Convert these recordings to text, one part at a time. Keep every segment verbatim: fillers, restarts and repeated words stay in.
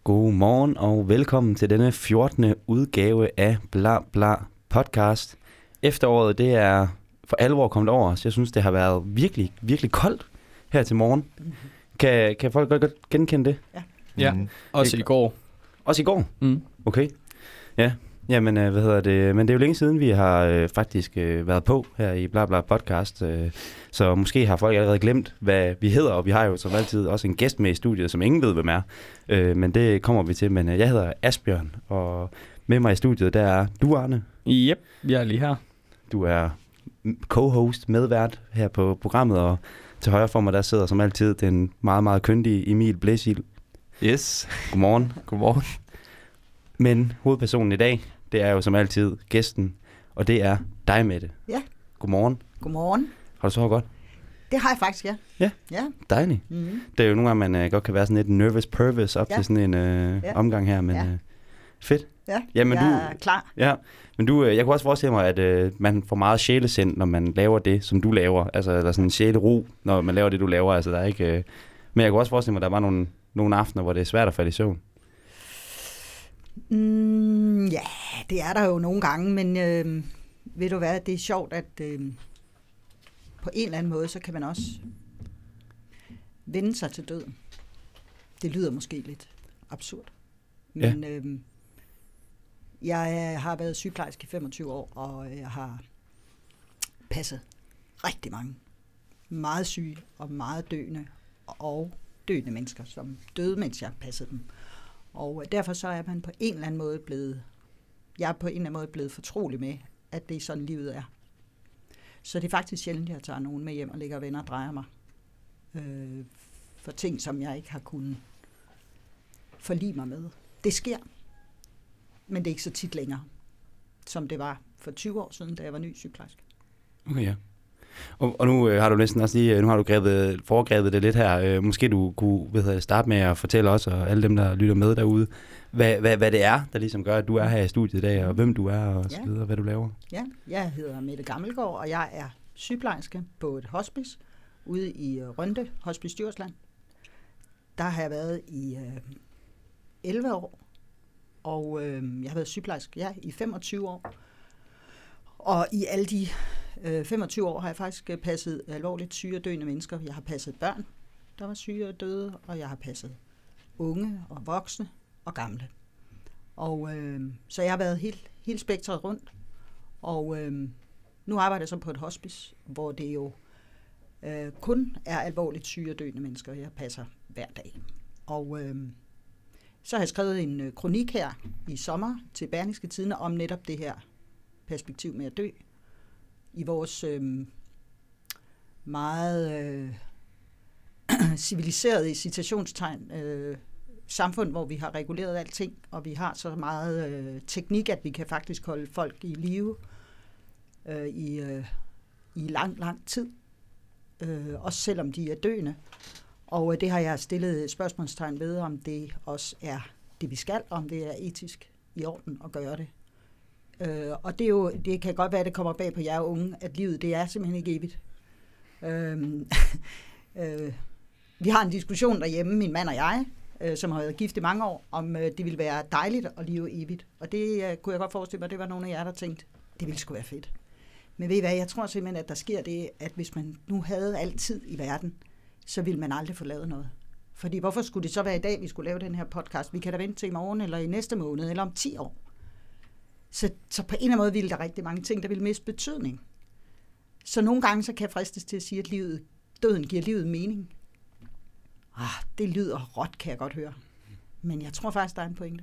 God morgen og velkommen til denne fjortende udgave af Bla Bla Podcast. Efteråret, det er for alvor kommet over os. Jeg synes, det har været virkelig, virkelig koldt her til morgen. Mm-hmm. Kan, kan folk godt genkende det? Ja, ja. Mm. Også i går. Også i går? Mm. Okay. Ja, jamen, øh, hvad hedder det? Men det er jo længe siden, vi har øh, faktisk øh, været på her i Bla Bla Podcast. Øh, så måske har folk allerede glemt, hvad vi hedder, og vi har jo som altid også en gæst med i studiet, som ingen ved, hvem er. Øh, men det kommer vi til. Men øh, jeg hedder Asbjørn, og med mig i studiet, der er du, Arne. Yep, jeg er lige her. Du er co-host, medvært her på programmet, og til højre for mig, der sidder som altid den meget, meget kyndige Emil Blæsild. Yes. Godmorgen. Godmorgen. Men hovedpersonen i dag, det er jo som altid gæsten, og det er dig, Mette. Ja. Godmorgen. Godmorgen. Har du sovet godt? Det har jeg faktisk, ja. Ja, ja. Dejligt. Mm-hmm. Det er jo nogle gange, man uh, godt kan være sådan lidt nervous pervers op ja. til sådan en uh, ja. omgang her, men ja. uh, fedt. Ja, Jamen, jeg du, er klar. Ja, men du, uh, jeg kunne også forestille mig, at uh, man får meget sjælesind, når man laver det, som du laver. Altså, eller sådan en sjælero, når man laver det, du laver. Altså, der er ikke... Uh... Men jeg kunne også forestille mig, at der var nogle, nogle aftener, hvor det er svært at falde i søvn. Mm, ja, det er der jo nogle gange, men øh, ved du hvad, det er sjovt, at øh, på en eller anden måde, så kan man også vende sig til døden. Det lyder måske lidt absurd, men ja. øh, jeg har været sygeplejerske i femogtyve år, og jeg har passet rigtig mange meget syge og meget døende og døende mennesker, som døde, mens jeg passede dem. Og derfor så er man på en eller anden måde blevet, jeg er på en eller anden måde blevet fortrolig med, at det er sådan, livet er. Så det er faktisk sjældent, at jeg tager nogen med hjem og ligger og venner og drejer mig øh, for ting, som jeg ikke har kunnet forlige mig med. Det sker, men det er ikke så tit længere, som det var for tyve år siden, da jeg var ny sygeplejerske. Okay, ja. Og, og nu øh, har du næsten også lige, nu har du grebet, foregrebet det lidt her. Øh, måske du kunne hvad hedder, starte med at fortælle os og alle dem, der lytter med derude, hvad, hvad, hvad det er, der ligesom gør, at du er her i studiet i dag, og hvem du er, og ja. så videre, hvad du laver. Ja, jeg hedder Mette Gammelgaard, og jeg er sygeplejerske på et hospice ude i Rønde, Hospice Djursland. Der har jeg været i øh, elleve år, og øh, jeg har været sygeplejerske ja, i femogtyve år. Og i alle de øh, femogtyve år har jeg faktisk passet alvorligt syge og døende mennesker. Jeg har passet børn, der var syge og døde, og jeg har passet unge og voksne og gamle. Og øh, så jeg har været helt, helt spektret rundt. Og øh, nu arbejder jeg så på et hospice, hvor det jo øh, kun er alvorligt syge og døende mennesker, jeg passer hver dag. Og øh, så har jeg skrevet en øh, kronik her i sommer til Berlingske Tidende om netop det her perspektiv med at dø i vores øh, meget øh, civiliserede i citationstegn øh, samfund, hvor vi har reguleret alting, og vi har så meget øh, teknik, at vi kan faktisk holde folk i live øh, i, øh, i lang, lang tid, øh, også selvom de er døende. Og øh, det har jeg stillet spørgsmålstegn ved, om det også er det, vi skal, om det er etisk i orden at gøre det. Øh, og det, er jo, det kan godt være, at det kommer bag på jer unge, at livet det er simpelthen ikke evigt. Øh, øh, vi har en diskussion derhjemme, min mand og jeg, øh, som har været gift i mange år, om øh, det ville være dejligt at leve evigt. Og det øh, kunne jeg godt forestille mig, det var nogle af jer, der tænkte, det ville sgu være fedt. Men ved I hvad, jeg tror simpelthen, at der sker det, at hvis man nu havde altid i verden, så ville man aldrig få lavet noget. Fordi hvorfor skulle det så være i dag, vi skulle lave den her podcast? Vi kan da vente til i morgen, eller i næste måned, eller om ti år. Så, så på en eller anden måde ville der rigtig mange ting, der ville miste betydning. Så nogle gange så kan jeg fristes til at sige, at livet, døden giver livet mening. Ah, det lyder råt, kan jeg godt høre. Men jeg tror faktisk, der er en pointe.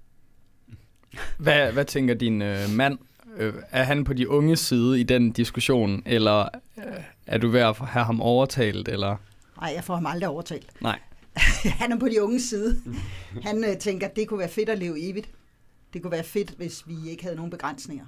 Hvad, hvad tænker din øh, mand? Øh, er han på de unge side i den diskussion, eller øh, er du ved at have ham overtalt? Eller? Nej, jeg får ham aldrig overtalt. Nej. Han er på de unge side. Han øh, tænker, at det kunne være fedt at leve evigt. Det kunne være fedt, hvis vi ikke havde nogen begrænsninger.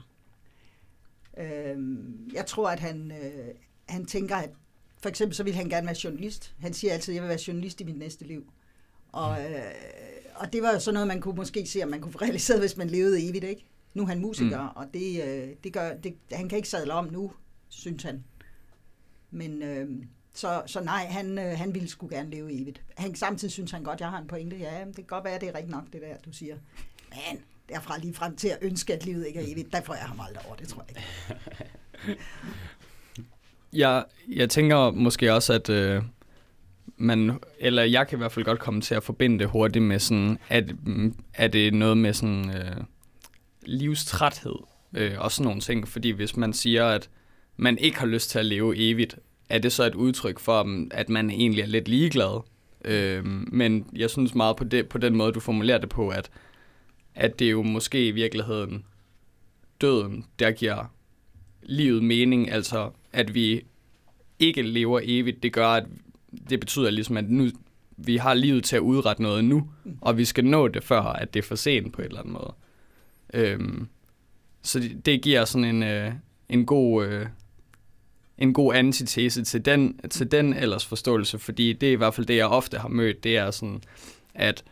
Øh, jeg tror, at han, øh, han tænker, at for eksempel så vil han gerne være journalist. Han siger altid, at jeg vil være journalist i mit næste liv. Og, øh, og det var jo sådan noget, man kunne måske se, om man kunne få realiseret, hvis man levede evigt, ikke? Nu er han musiker, mm. og det, øh, det gør, det, han kan ikke sadle om nu, synes han. Men øh, Så, så nej, han, øh, han ville sgu gerne leve evigt. Han, samtidig synes han godt, jeg har en pointe. Ja, det kan godt være, det er rigtigt nok, det der, du siger. Men derfra lige frem til at ønske, at livet ikke er evigt, der får jeg ham aldrig over, det tror jeg ikke. jeg, jeg tænker måske også, at øh, man, eller jeg kan i hvert fald godt komme til at forbinde det hurtigt med sådan, at, at det er noget med sådan øh, livstræthed øh, og sådan nogle ting. Fordi hvis man siger, at man ikke har lyst til at leve evigt, er det så et udtryk for, at man egentlig er lidt ligeglad. Øh, men jeg synes meget på, det, på den måde, du formulerer det på, at, at det er jo måske i virkeligheden døden, der giver livet mening. Altså, at vi ikke lever evigt, det gør, at det betyder ligesom, at nu, vi har livet til at udrette noget nu, og vi skal nå det før, at det er for sent på et eller andet måde. Øh, så det, det giver sådan en, øh, en god... Øh, en god antitese til den, til den ellers forståelse, fordi det er i hvert fald det, jeg ofte har mødt, det er sådan, at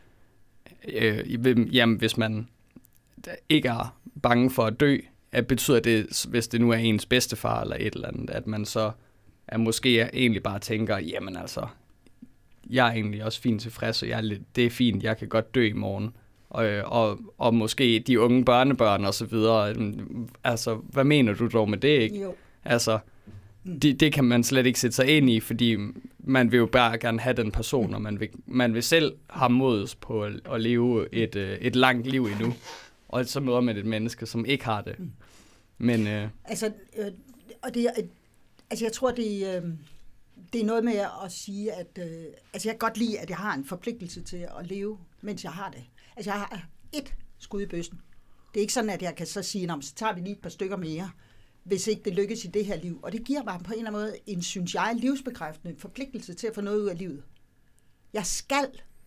øh, jamen, hvis man ikke er bange for at dø, at betyder det, hvis det nu er ens bedstefar eller et eller andet, at man så er måske egentlig bare tænker, jamen altså, jeg er egentlig også fint tilfreds, og jeg er lidt, det er fint, jeg kan godt dø i morgen. Og, og, og måske de unge børnebørn og så videre, altså, hvad mener du dog med det, ikke? Jo. Altså, Det, det kan man slet ikke sætte sig ind i, fordi man vil jo bare gerne have den person, og man vil, man vil selv have mod på at, at leve et, et langt liv endnu. Og så møder man et menneske, som ikke har det. Men, øh... Altså, øh, og det, øh, altså jeg tror, det, øh, det er noget med at sige, at øh, altså jeg kan godt lide, at jeg har en forpligtelse til at leve, mens jeg har det. Altså jeg har ét skud i bøssen. Det er ikke sådan, at jeg kan så sige, så tager vi lige et par stykker mere, hvis ikke det lykkes i det her liv. Og det giver mig på en eller anden måde en, synes jeg, livsbekræftende forpligtelse til at få noget ud af livet. Jeg skal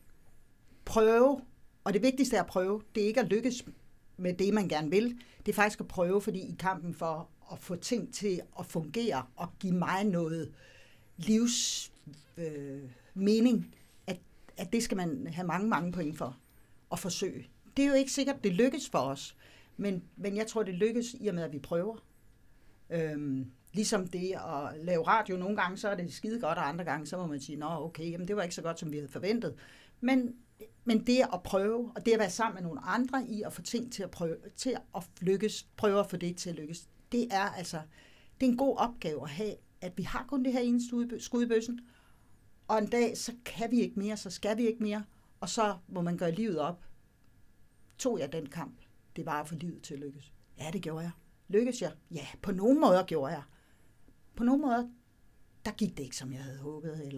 prøve, og det vigtigste er at prøve, det er ikke at lykkes med det, man gerne vil. Det er faktisk at prøve, fordi i kampen for at få ting til at fungere og give mig noget livs øh, mening, at, at det skal man have mange, mange point for at forsøge. Det er jo ikke sikkert, det lykkes for os, men, men jeg tror, det lykkes i og med, at vi prøver. Øhm, ligesom det at lave radio nogle gange, så er det skide godt, og andre gange, så må man sige, nå okay, jamen det var ikke så godt, som vi havde forventet. Men, men det at prøve, og det at være sammen med nogle andre i at få ting til at prøve, til at lykkes, prøve at få det til at lykkes, det er altså, det er en god opgave at have, at vi har kun det her ene skud i bøssen, og en dag, så kan vi ikke mere, så skal vi ikke mere, og så må man gøre livet op. Tog jeg den kamp, det var at få livet til at lykkes. Ja, det gjorde jeg. Lykkes jeg? Ja, på nogle måder gjorde jeg. På nogle måder, der gik det ikke, som jeg havde håbet, eller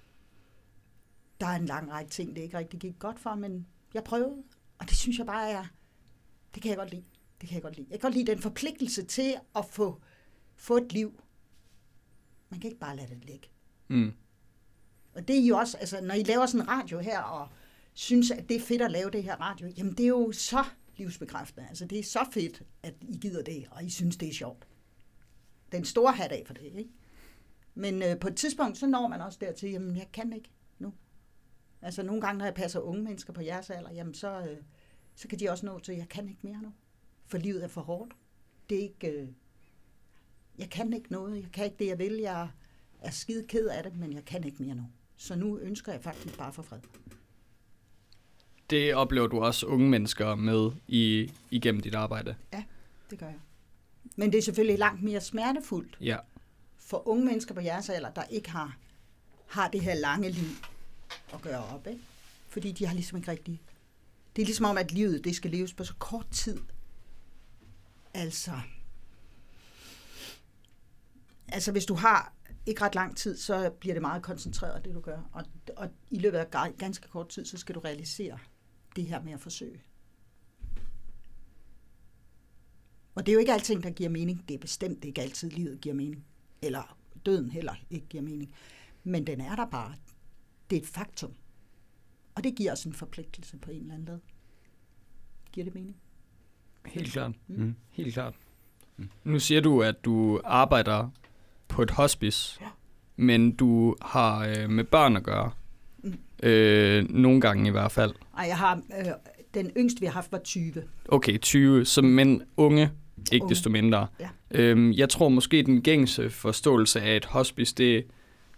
der er en lang række ting, det ikke rigtig gik godt for, men jeg prøvede, og det synes jeg bare er, det kan jeg godt lide. Det kan jeg godt lide. Jeg kan godt lide den forpligtelse til at få, få et liv. Man kan ikke bare lade det ligge. Mm. Og det er jo også, altså når I laver sådan en radio her, og synes, at det er fedt at lave det her radio, jamen det er jo så livsbekræftende. Altså, det er så fedt, at I gider det, og I synes, det er sjovt. Den store hat af for det, ikke? Men øh, på et tidspunkt, så når man også dertil, jamen, jeg kan ikke nu. Altså, nogle gange, når jeg passer unge mennesker på jeres alder, jamen, så, øh, så kan de også nå til, jeg kan ikke mere nu. For livet er for hårdt. Det er ikke... Øh, jeg kan ikke noget. Jeg kan ikke det, jeg vil. Jeg er skide ked af det, men jeg kan ikke mere nu. Så nu ønsker jeg faktisk bare for fred. Det oplever du også unge mennesker med i, igennem dit arbejde? Ja, det gør jeg. Men det er selvfølgelig langt mere smertefuldt ja. for unge mennesker på jeres alder, der ikke har, har det her lange liv at gøre op, ikke? Fordi de har ligesom ikke rigtig... Det er ligesom om, at livet det skal leves på så kort tid. Altså... Altså, hvis du har ikke ret lang tid, så bliver det meget koncentreret, det du gør. Og, og i løbet af ganske kort tid, så skal du realisere det her med at forsøge. Og det er jo ikke alting, der giver mening. Det er bestemt ikke altid, livet giver mening. Eller døden heller ikke giver mening. Men den er der bare. Det er et faktum. Og det giver os en forpligtelse på en eller anden led. Giver det mening? Helt klart. Mm. Helt klart. Mm. Nu siger du, at du arbejder på et hospice, ja. Men du har øh, med børn at gøre. Mm. Øh, nogle gange i hvert fald. Ej, jeg har... Øh, den yngste, vi har haft, var tyve. Okay, tyve. Så men unge, ikke unge. Desto mindre. Ja. Øhm, jeg tror måske, den gængse forståelse af et hospice, det, det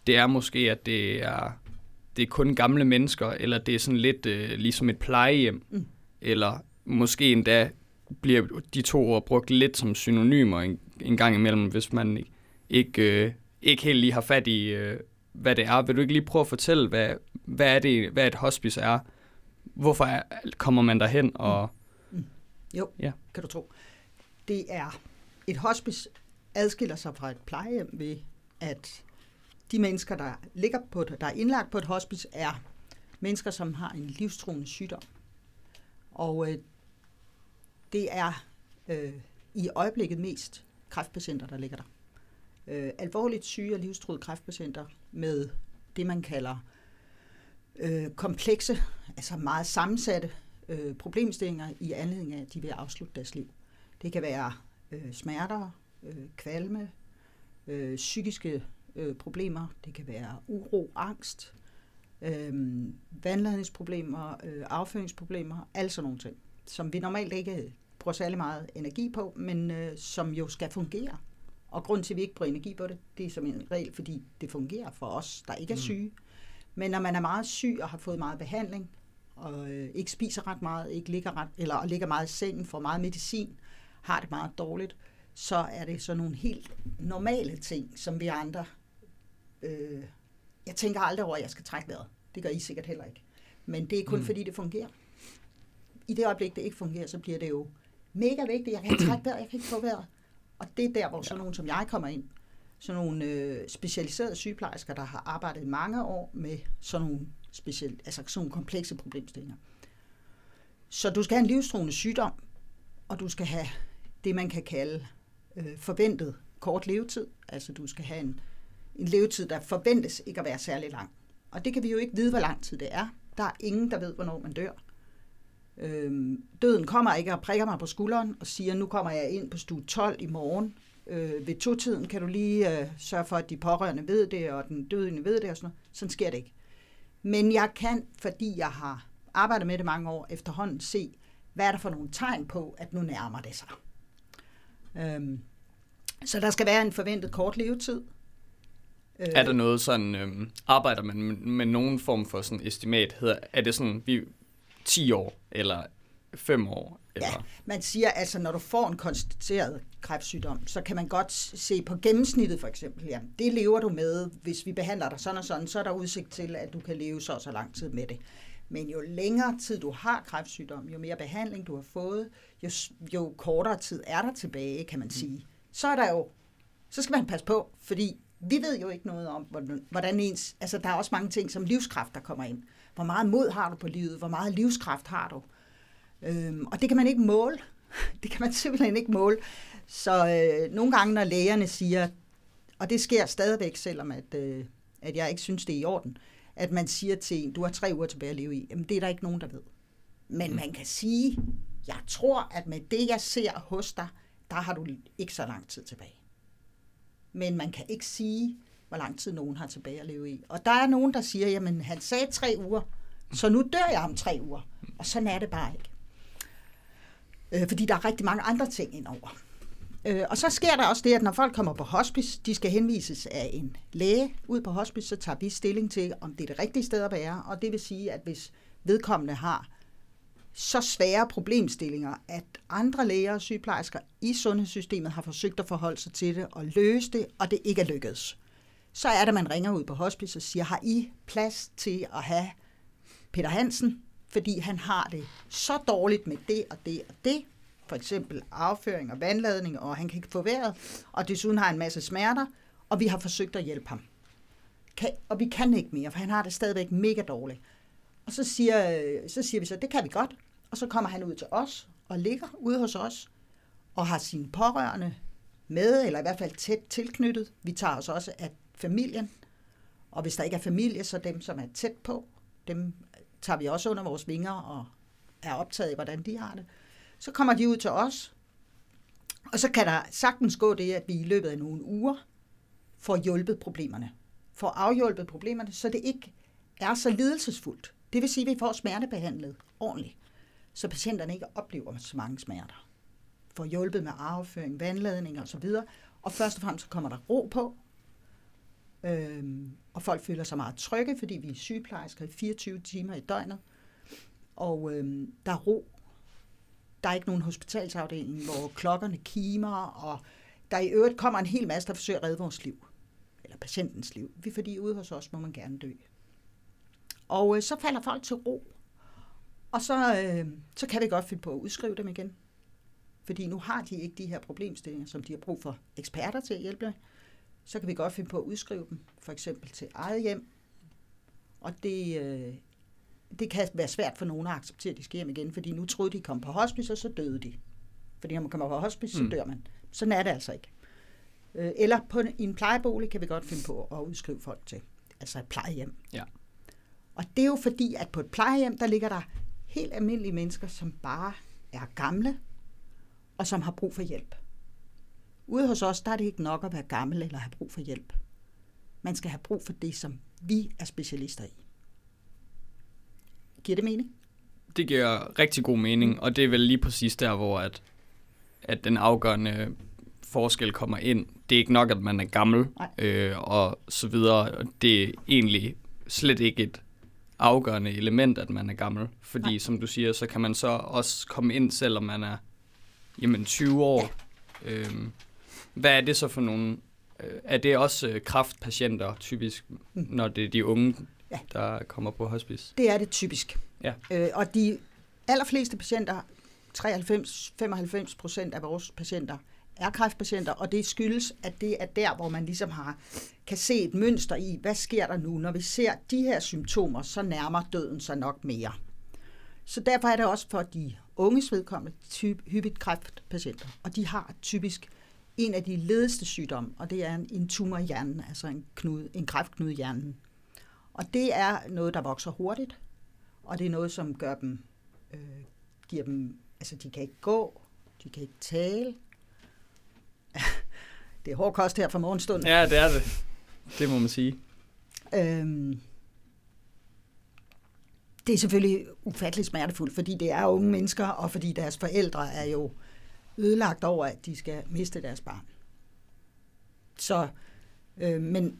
det er måske, at det er, det er kun gamle mennesker, eller det er sådan lidt øh, ligesom et plejehjem, mm. eller måske endda bliver de to ord brugt lidt som synonymer en, en gang imellem, hvis man ikke, ikke, øh, ikke helt lige har fat i, øh, hvad det er. Vil du ikke lige prøve at fortælle, hvad, hvad, er det, hvad et hospice er? Hvorfor er, kommer man derhen? Og, mm. Mm. Jo, ja. Kan du tro. Det er, et hospice adskiller sig fra et plejehjem ved, at de mennesker, der ligger på det, der er indlagt på et hospice, er mennesker, som har en livstruende sygdom. Og øh, det er øh, i øjeblikket mest kræftpatienter, der ligger der. Øh, alvorligt syge og livstruede kræftpatienter med det, man kalder øh, komplekse, altså meget sammensatte øh, problemstillinger i anledning af, at de vil afslutte deres liv. Det kan være øh, smerter, øh, kvalme, øh, psykiske øh, problemer, det kan være uro, angst, øh, vandladningsproblemer, øh, afføringsproblemer, alle sådan nogle ting, som vi normalt ikke bruger særlig meget energi på, men øh, som jo skal fungere. Og grunden til, at vi ikke bruger energi på det, det er som en regel, fordi det fungerer for os, der ikke er syge. Men når man er meget syg og har fået meget behandling, og øh, ikke spiser ret meget, ikke ligger ret, eller ligger meget i sengen, får meget medicin, har det meget dårligt, så er det sådan nogle helt normale ting, som vi andre... Øh, jeg tænker aldrig over, at jeg skal trække vejret. Det gør I sikkert heller ikke. Men det er kun mm. fordi, det fungerer. I det øjeblik, det ikke fungerer, så bliver det jo mega vigtigt. Jeg kan ikke trække vejret, jeg kan ikke få vejret. Og det er der, hvor sådan nogen som jeg kommer ind. Sådan nogle øh, specialiserede sygeplejersker, der har arbejdet mange år med sådan nogle, speciel, altså sådan nogle komplekse problemstillinger. Så du skal have en livstruende sygdom, og du skal have det, man kan kalde øh, forventet kort levetid. Altså du skal have en, en levetid, der forventes ikke at være særlig lang. Og det kan vi jo ikke vide, hvor lang tid det er. Der er ingen, der ved, hvornår man dør. Øhm, døden kommer ikke og prikker mig på skulderen og siger, nu kommer jeg ind på stue tolv i morgen. Øh, ved to-tiden kan du lige øh, sørge for, at de pårørende ved det, og den døde ved det og sådan noget. Sådan sker det ikke. Men jeg kan, fordi jeg har arbejdet med det mange år efterhånden, se, hvad er der for nogle tegn på, at nu nærmer det sig. Øhm, så der skal være en forventet kort levetid. Øh, er der noget sådan, øh, arbejder man med, med nogen form for sådan estimat? Hedder, er det sådan, vi ti år, eller fem år? Eller? Ja, man siger altså, når du får en konstateret kræftsygdom, så kan man godt se på gennemsnittet for eksempel, ja, det lever du med, hvis vi behandler dig sådan og sådan, så er der udsigt til, at du kan leve så og så lang tid med det. Men jo længere tid du har kræftsygdom, jo mere behandling du har fået, jo, jo kortere tid er der tilbage, kan man sige. Så er der jo, så skal man passe på, fordi vi ved jo ikke noget om, hvordan ens, altså der er også mange ting som livskraft, der kommer ind. Hvor meget mod har du på livet? Hvor meget livskraft har du? Øhm, og det kan man ikke måle. Det kan man simpelthen ikke måle. Så øh, nogle gange, når lægerne siger, og det sker stadigvæk, selvom at, øh, at jeg ikke synes, det er i orden, at man siger til en, du har tre uger tilbage at leve i, jamen det er der ikke nogen, der ved. Men man kan sige, jeg tror, at med det, jeg ser hos dig, der har du ikke så lang tid tilbage. Men man kan ikke sige, hvor lang tid nogen har tilbage at leve i. Og der er nogen, der siger, jamen han sagde tre uger, så nu dør jeg om tre uger. Og sådan er det bare ikke. Øh, fordi der er rigtig mange andre ting indover. Øh, og så sker der også det, at når folk kommer på hospice, de skal henvises af en læge ud på hospice, så tager vi stilling til, om det er det rigtige sted at være. Og det vil sige, at hvis vedkommende har så svære problemstillinger, at andre læger og sygeplejersker i sundhedssystemet har forsøgt at forholde sig til det og løse det, og det ikke er lykkedes, så er det, man ringer ud på hospice og siger, har I plads til at have Peter Hansen, fordi han har det så dårligt med det og det og det, for eksempel afføring og vandladning, og han kan ikke få vejret, og desuden har han en masse smerter, og vi har forsøgt at hjælpe ham. Kan, og vi kan ikke mere, for han har det stadigvæk mega dårligt. Og så siger, så siger vi så, det kan vi godt, og så kommer han ud til os, og ligger ude hos os, og har sine pårørende med, eller i hvert fald tæt tilknyttet. Vi tager os også af familien, og hvis der ikke er familie, så dem, som er tæt på, dem tager vi også under vores vinger, og er optaget i, hvordan de har det. Så kommer de ud til os, og så kan der sagtens gå det, at vi i løbet af nogle uger får hjulpet problemerne. Får afhjulpet problemerne, så det ikke er så lidelsesfuldt. Det vil sige, at vi får smertebehandlet ordentligt, så patienterne ikke oplever så mange smerter. Får hjulpet med afføring, vandladning og så videre. Og først og fremmest så kommer der ro på. Øhm, og folk føler sig meget trygge, fordi vi er sygeplejersker i fireogtyve timer i døgnet. Og øhm, der er ro. Der er ikke nogen hospitalsafdeling, hvor klokkerne kimer, og der i øvrigt kommer en hel masse, der forsøger at redde vores liv. Eller patientens liv. Vi, fordi ude hos os må man gerne dø. Og øh, så falder folk til ro. Og så, øh, så kan vi godt finde på at udskrive dem igen. Fordi nu har de ikke de her problemstillinger, som de har brug for eksperter til at hjælpe dem. Så kan vi godt finde på at udskrive dem, for eksempel til eget hjem. Og det, øh, det kan være svært for nogen at acceptere, at de skal hjem igen, fordi nu troede de kom på hospice, og så døde de. Fordi når man kommer på hospice, så dør man. Sådan er det altså ikke. Øh, eller på en, i en plejebolig kan vi godt finde på at udskrive folk til. Altså et plejehjem. Ja. Og det er jo fordi, at på et plejehjem, der ligger der helt almindelige mennesker, som bare er gamle, og som har brug for hjælp. Ude hos os, der er det ikke nok at være gammel eller have brug for hjælp. Man skal have brug for det, som vi er specialister i. Giver det mening? Det giver rigtig god mening, og det er vel lige præcis der, hvor at, at den afgørende forskel kommer ind. Det er ikke nok, at man er gammel, øh, og så videre. Det er egentlig slet ikke et afgørende element, at man er gammel. Fordi, Nej. som du siger, så kan man så også komme ind, selvom man er jamen, tyve år. Ja. Øhm, hvad er det så for nogle? Øh, er det også øh, kræftpatienter, typisk, mm. når det er de unge, ja. der kommer på hospice? Det er det typisk. Ja. Øh, og de allerfleste patienter, treoghalvfems til femoghalvfems procent af vores patienter, er kræftpatienter, og det skyldes, at det er der, hvor man ligesom har, kan se et mønster i, hvad sker der nu? Når vi ser de her symptomer, så nærmer døden sig nok mere. Så derfor er det også for de unges vedkommende typ, hyppigt kræftpatienter, og de har typisk en af de ledeste sygdomme, og det er en, en tumor i hjernen, altså en, knude, en kræftknude i hjernen. Og det er noget, der vokser hurtigt, og det er noget, som gør dem, øh, giver dem, altså de kan ikke gå, de kan ikke tale. Det er hård kost her fra morgenstunden. Ja, det er det. Det må man sige. Øhm, det er selvfølgelig ufatteligt smertefuldt, fordi det er unge mennesker, og fordi deres forældre er jo ødelagt over, at de skal miste deres barn. Så, øh, men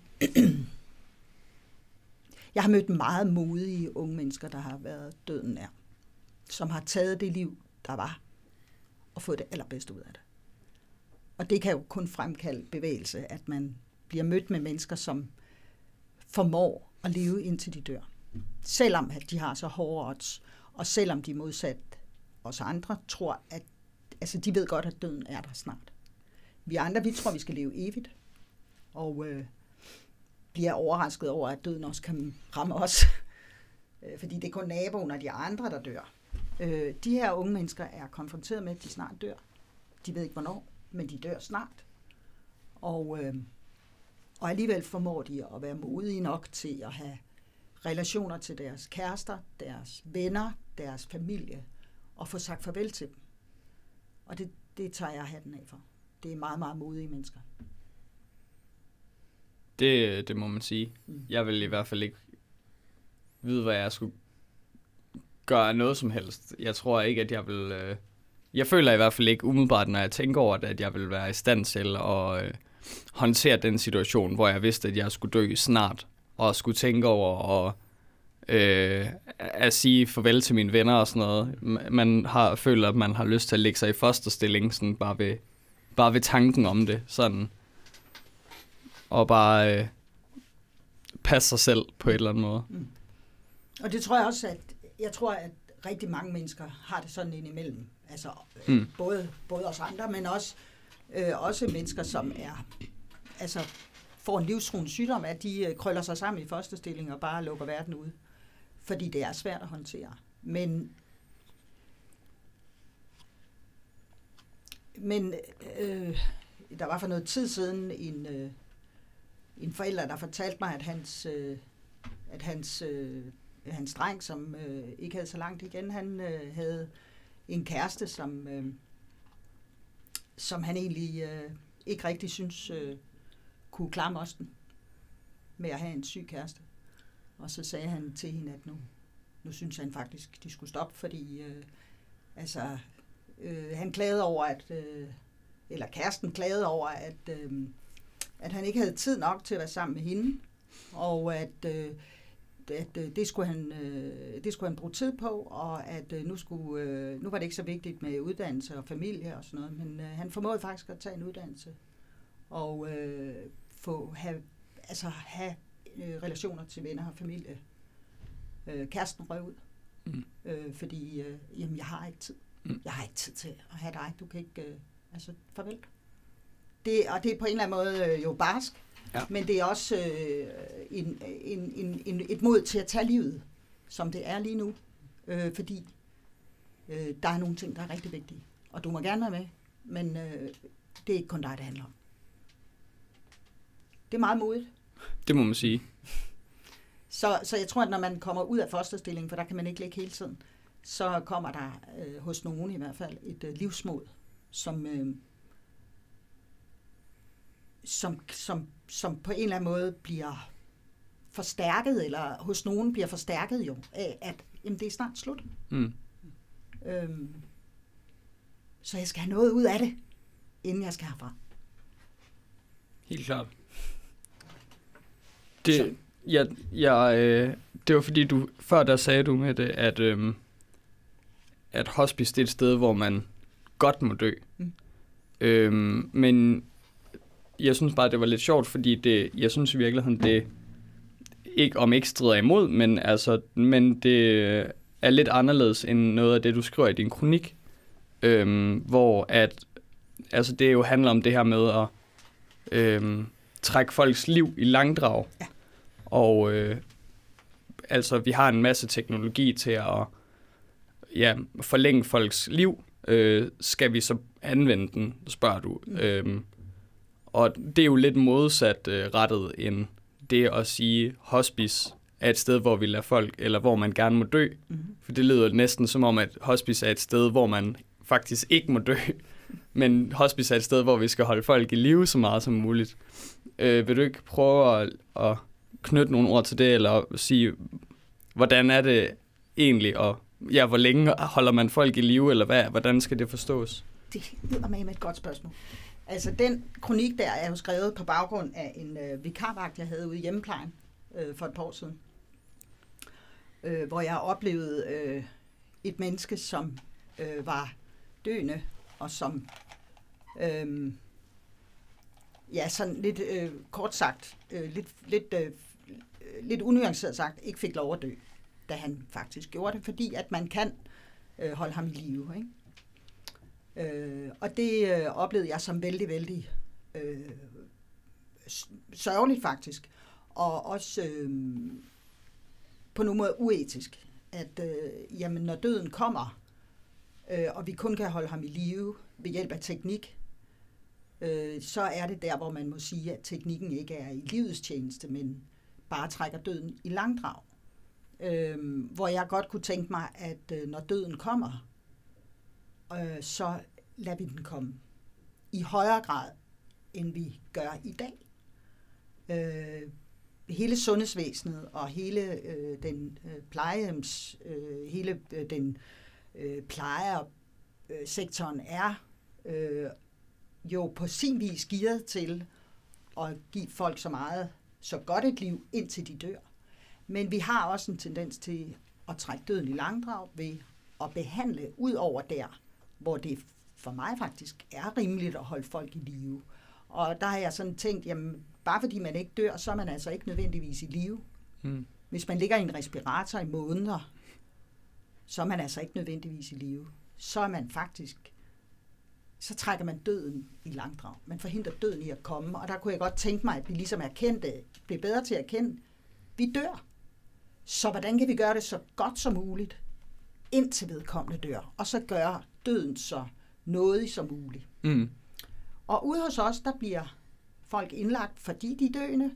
jeg har mødt meget modige unge mennesker, der har været døden nær, som har taget det liv, der var, og fået det allerbedste ud af det. Og det kan jo kun fremkalde bevægelse, at man bliver mødt med mennesker, som formår at leve indtil de dør. Selvom at de har så hårde odds, og selvom de modsat os andre tror, at altså, de ved godt, at døden er der snart. Vi andre, vi tror, vi skal leve evigt, og øh, bliver overrasket over, at døden også kan ramme os. Fordi det er kun naboen og de andre, der dør. Øh, de her unge mennesker er konfronteret med, at de snart dør. De ved ikke, hvornår, men de dør snart. Og, øh, og alligevel formår de at være modige nok til at have relationer til deres kærester, deres venner, deres familie, og få sagt farvel til dem. Og det, det tager jeg hatten af for. Det er meget, meget modige mennesker. Det, det må man sige. Mm. Jeg vil i hvert fald ikke vide, hvad jeg skulle gøre noget som helst. Jeg tror ikke, at jeg vil... Øh... Jeg føler i hvert fald ikke umiddelbart, når jeg tænker over det, at jeg vil være i stand til at øh, håndtere den situation, hvor jeg vidste, at jeg skulle dø snart, og skulle tænke over at, øh, at sige farvel til mine venner og sådan noget. Man har føler, at man har lyst til at lægge sig i fosterstilling, sådan bare ved, bare ved tanken om det, sådan. Og bare øh, passe sig selv på et eller andet måde. Mm. Og det tror jeg også, at jeg tror, at rigtig mange mennesker har det sådan indimellem. Altså mm. både, både os andre, men også, øh, også mennesker, som er, altså, får en livstruende sygdom, at de øh, krøller sig sammen i fosterstilling og bare lukker verden ud. Fordi det er svært at håndtere. Men, men øh, der var for noget tid siden en, øh, en forælder, der fortalte mig, at hans, øh, at hans, øh, hans dreng, som øh, ikke havde så langt igen, han øh, havde en kæreste, som, øh, som han egentlig øh, ikke rigtig synes øh, kunne klare mosten med at have en syg kæreste. Og så sagde han til hende, at nu, nu synes han faktisk, de skulle stoppe, fordi øh, altså, øh, han klagede over, at, øh, eller kæresten klagede over, at, øh, at han ikke havde tid nok til at være sammen med hende, og at, øh, at øh, det, skulle han, øh, det skulle han bruge tid på, og at øh, nu, skulle, øh, nu var det ikke så vigtigt med uddannelse og familie og sådan noget, men øh, han formåede faktisk at tage en uddannelse og øh, få, have, altså have øh, relationer til venner og familie. Øh, kæresten røg ud, mm. øh, fordi øh, jamen, jeg har ikke tid. Mm. Jeg har ikke tid til at have dig. Du kan ikke, øh, altså farvel. Det, og det er på en eller anden måde øh, jo barsk, ja. Men det er også øh, en, en, en, en, et mod til at tage livet, som det er lige nu. Øh, fordi øh, der er nogle ting, der er rigtig vigtige. Og du må gerne være med, men øh, det er ikke kun dig, det handler om. Det er meget modigt. Det må man sige. Så, så jeg tror, at når man kommer ud af fosterstillingen, for der kan man ikke ligge hele tiden, så kommer der øh, hos nogen i hvert fald et øh, livsmod, som, øh, som, som, som på en eller anden måde bliver forstærket, eller hos nogen bliver forstærket jo, af at jamen, det er snart slut. Mm. Øhm, så jeg skal have noget ud af det, inden jeg skal herfra. Helt klart. Det, jeg, jeg, øh, det var fordi, du før der sagde du med det, at, øh, at hospice det er et sted, hvor man godt må dø. Mm. Øh, men jeg synes bare, det var lidt sjovt, fordi det, jeg synes i virkeligheden, det ikke om ikke strider imod, men, altså, men det er lidt anderledes end noget af det, du skriver i din kronik. Øh, hvor at, altså det jo handler om det her med at øh, trække folks liv i langdrag. Ja. Og øh, altså, vi har en masse teknologi til at ja, forlænge folks liv. Øh, skal vi så anvende den, spørger du. Mm. Øhm, og det er jo lidt modsat øh, rettet end det at sige, hospice er et sted, hvor vi lader folk, eller hvor man gerne må dø. Mm. For det lyder næsten som om, at hospice er et sted, hvor man faktisk ikke må dø. Men hospice er et sted, hvor vi skal holde folk i live så meget som muligt. Øh, vil du ikke prøve at, at knytte nogle ord til det, eller sige, hvordan er det egentlig, og ja, hvor længe holder man folk i live, eller hvad, hvordan skal det forstås? Det lyder med et godt spørgsmål. Altså, den kronik der er jo skrevet på baggrund af en øh, vikarvagt, jeg havde ude i hjemmeplejen øh, for et par år siden, øh, hvor jeg oplevede øh, et menneske, som øh, var døende, og som, øh, ja, sådan lidt øh, kort sagt, øh, lidt, lidt, øh, lidt unuanceret sagt, ikke fik lov at dø, da han faktisk gjorde det, fordi at man kan øh, holde ham i live, ikke? Øh, og det øh, oplevede jeg som vældig, vældig øh, sørgeligt faktisk, og også øh, på nogen måde uetisk, at øh, jamen, når døden kommer, øh, og vi kun kan holde ham i live ved hjælp af teknik, øh, så er det der, hvor man må sige, at teknikken ikke er i livets tjeneste, men bare trækker døden i langdrag. Øh, hvor jeg godt kunne tænke mig, at øh, når døden kommer, øh, så lader vi den komme i højere grad, end vi gør i dag. Øh, hele sundhedsvæsenet og hele øh, den øh, plejehjems, øh, hele øh, den øh, plejersektoren er øh, jo på sin vis gearet til at give folk så meget, så godt et liv, indtil de dør. Men vi har også en tendens til at trække døden i langdrag ved at behandle ud over der, hvor det for mig faktisk er rimeligt at holde folk i live. Og der har jeg sådan tænkt, jamen bare fordi man ikke dør, så er man altså ikke nødvendigvis i live. Mm. Hvis man ligger i en respirator i måneder, så er man altså ikke nødvendigvis i live. Så er man faktisk, så trækker man døden i langdrag. Man forhindrer døden i at komme, og der kunne jeg godt tænke mig, at vi ligesom erkendte, blev bedre til at erkende, vi dør. Så hvordan kan vi gøre det så godt som muligt, indtil vedkommende dør, og så gøre døden så nådig som muligt. Mm. Og ude hos os, der bliver folk indlagt, fordi de er døende,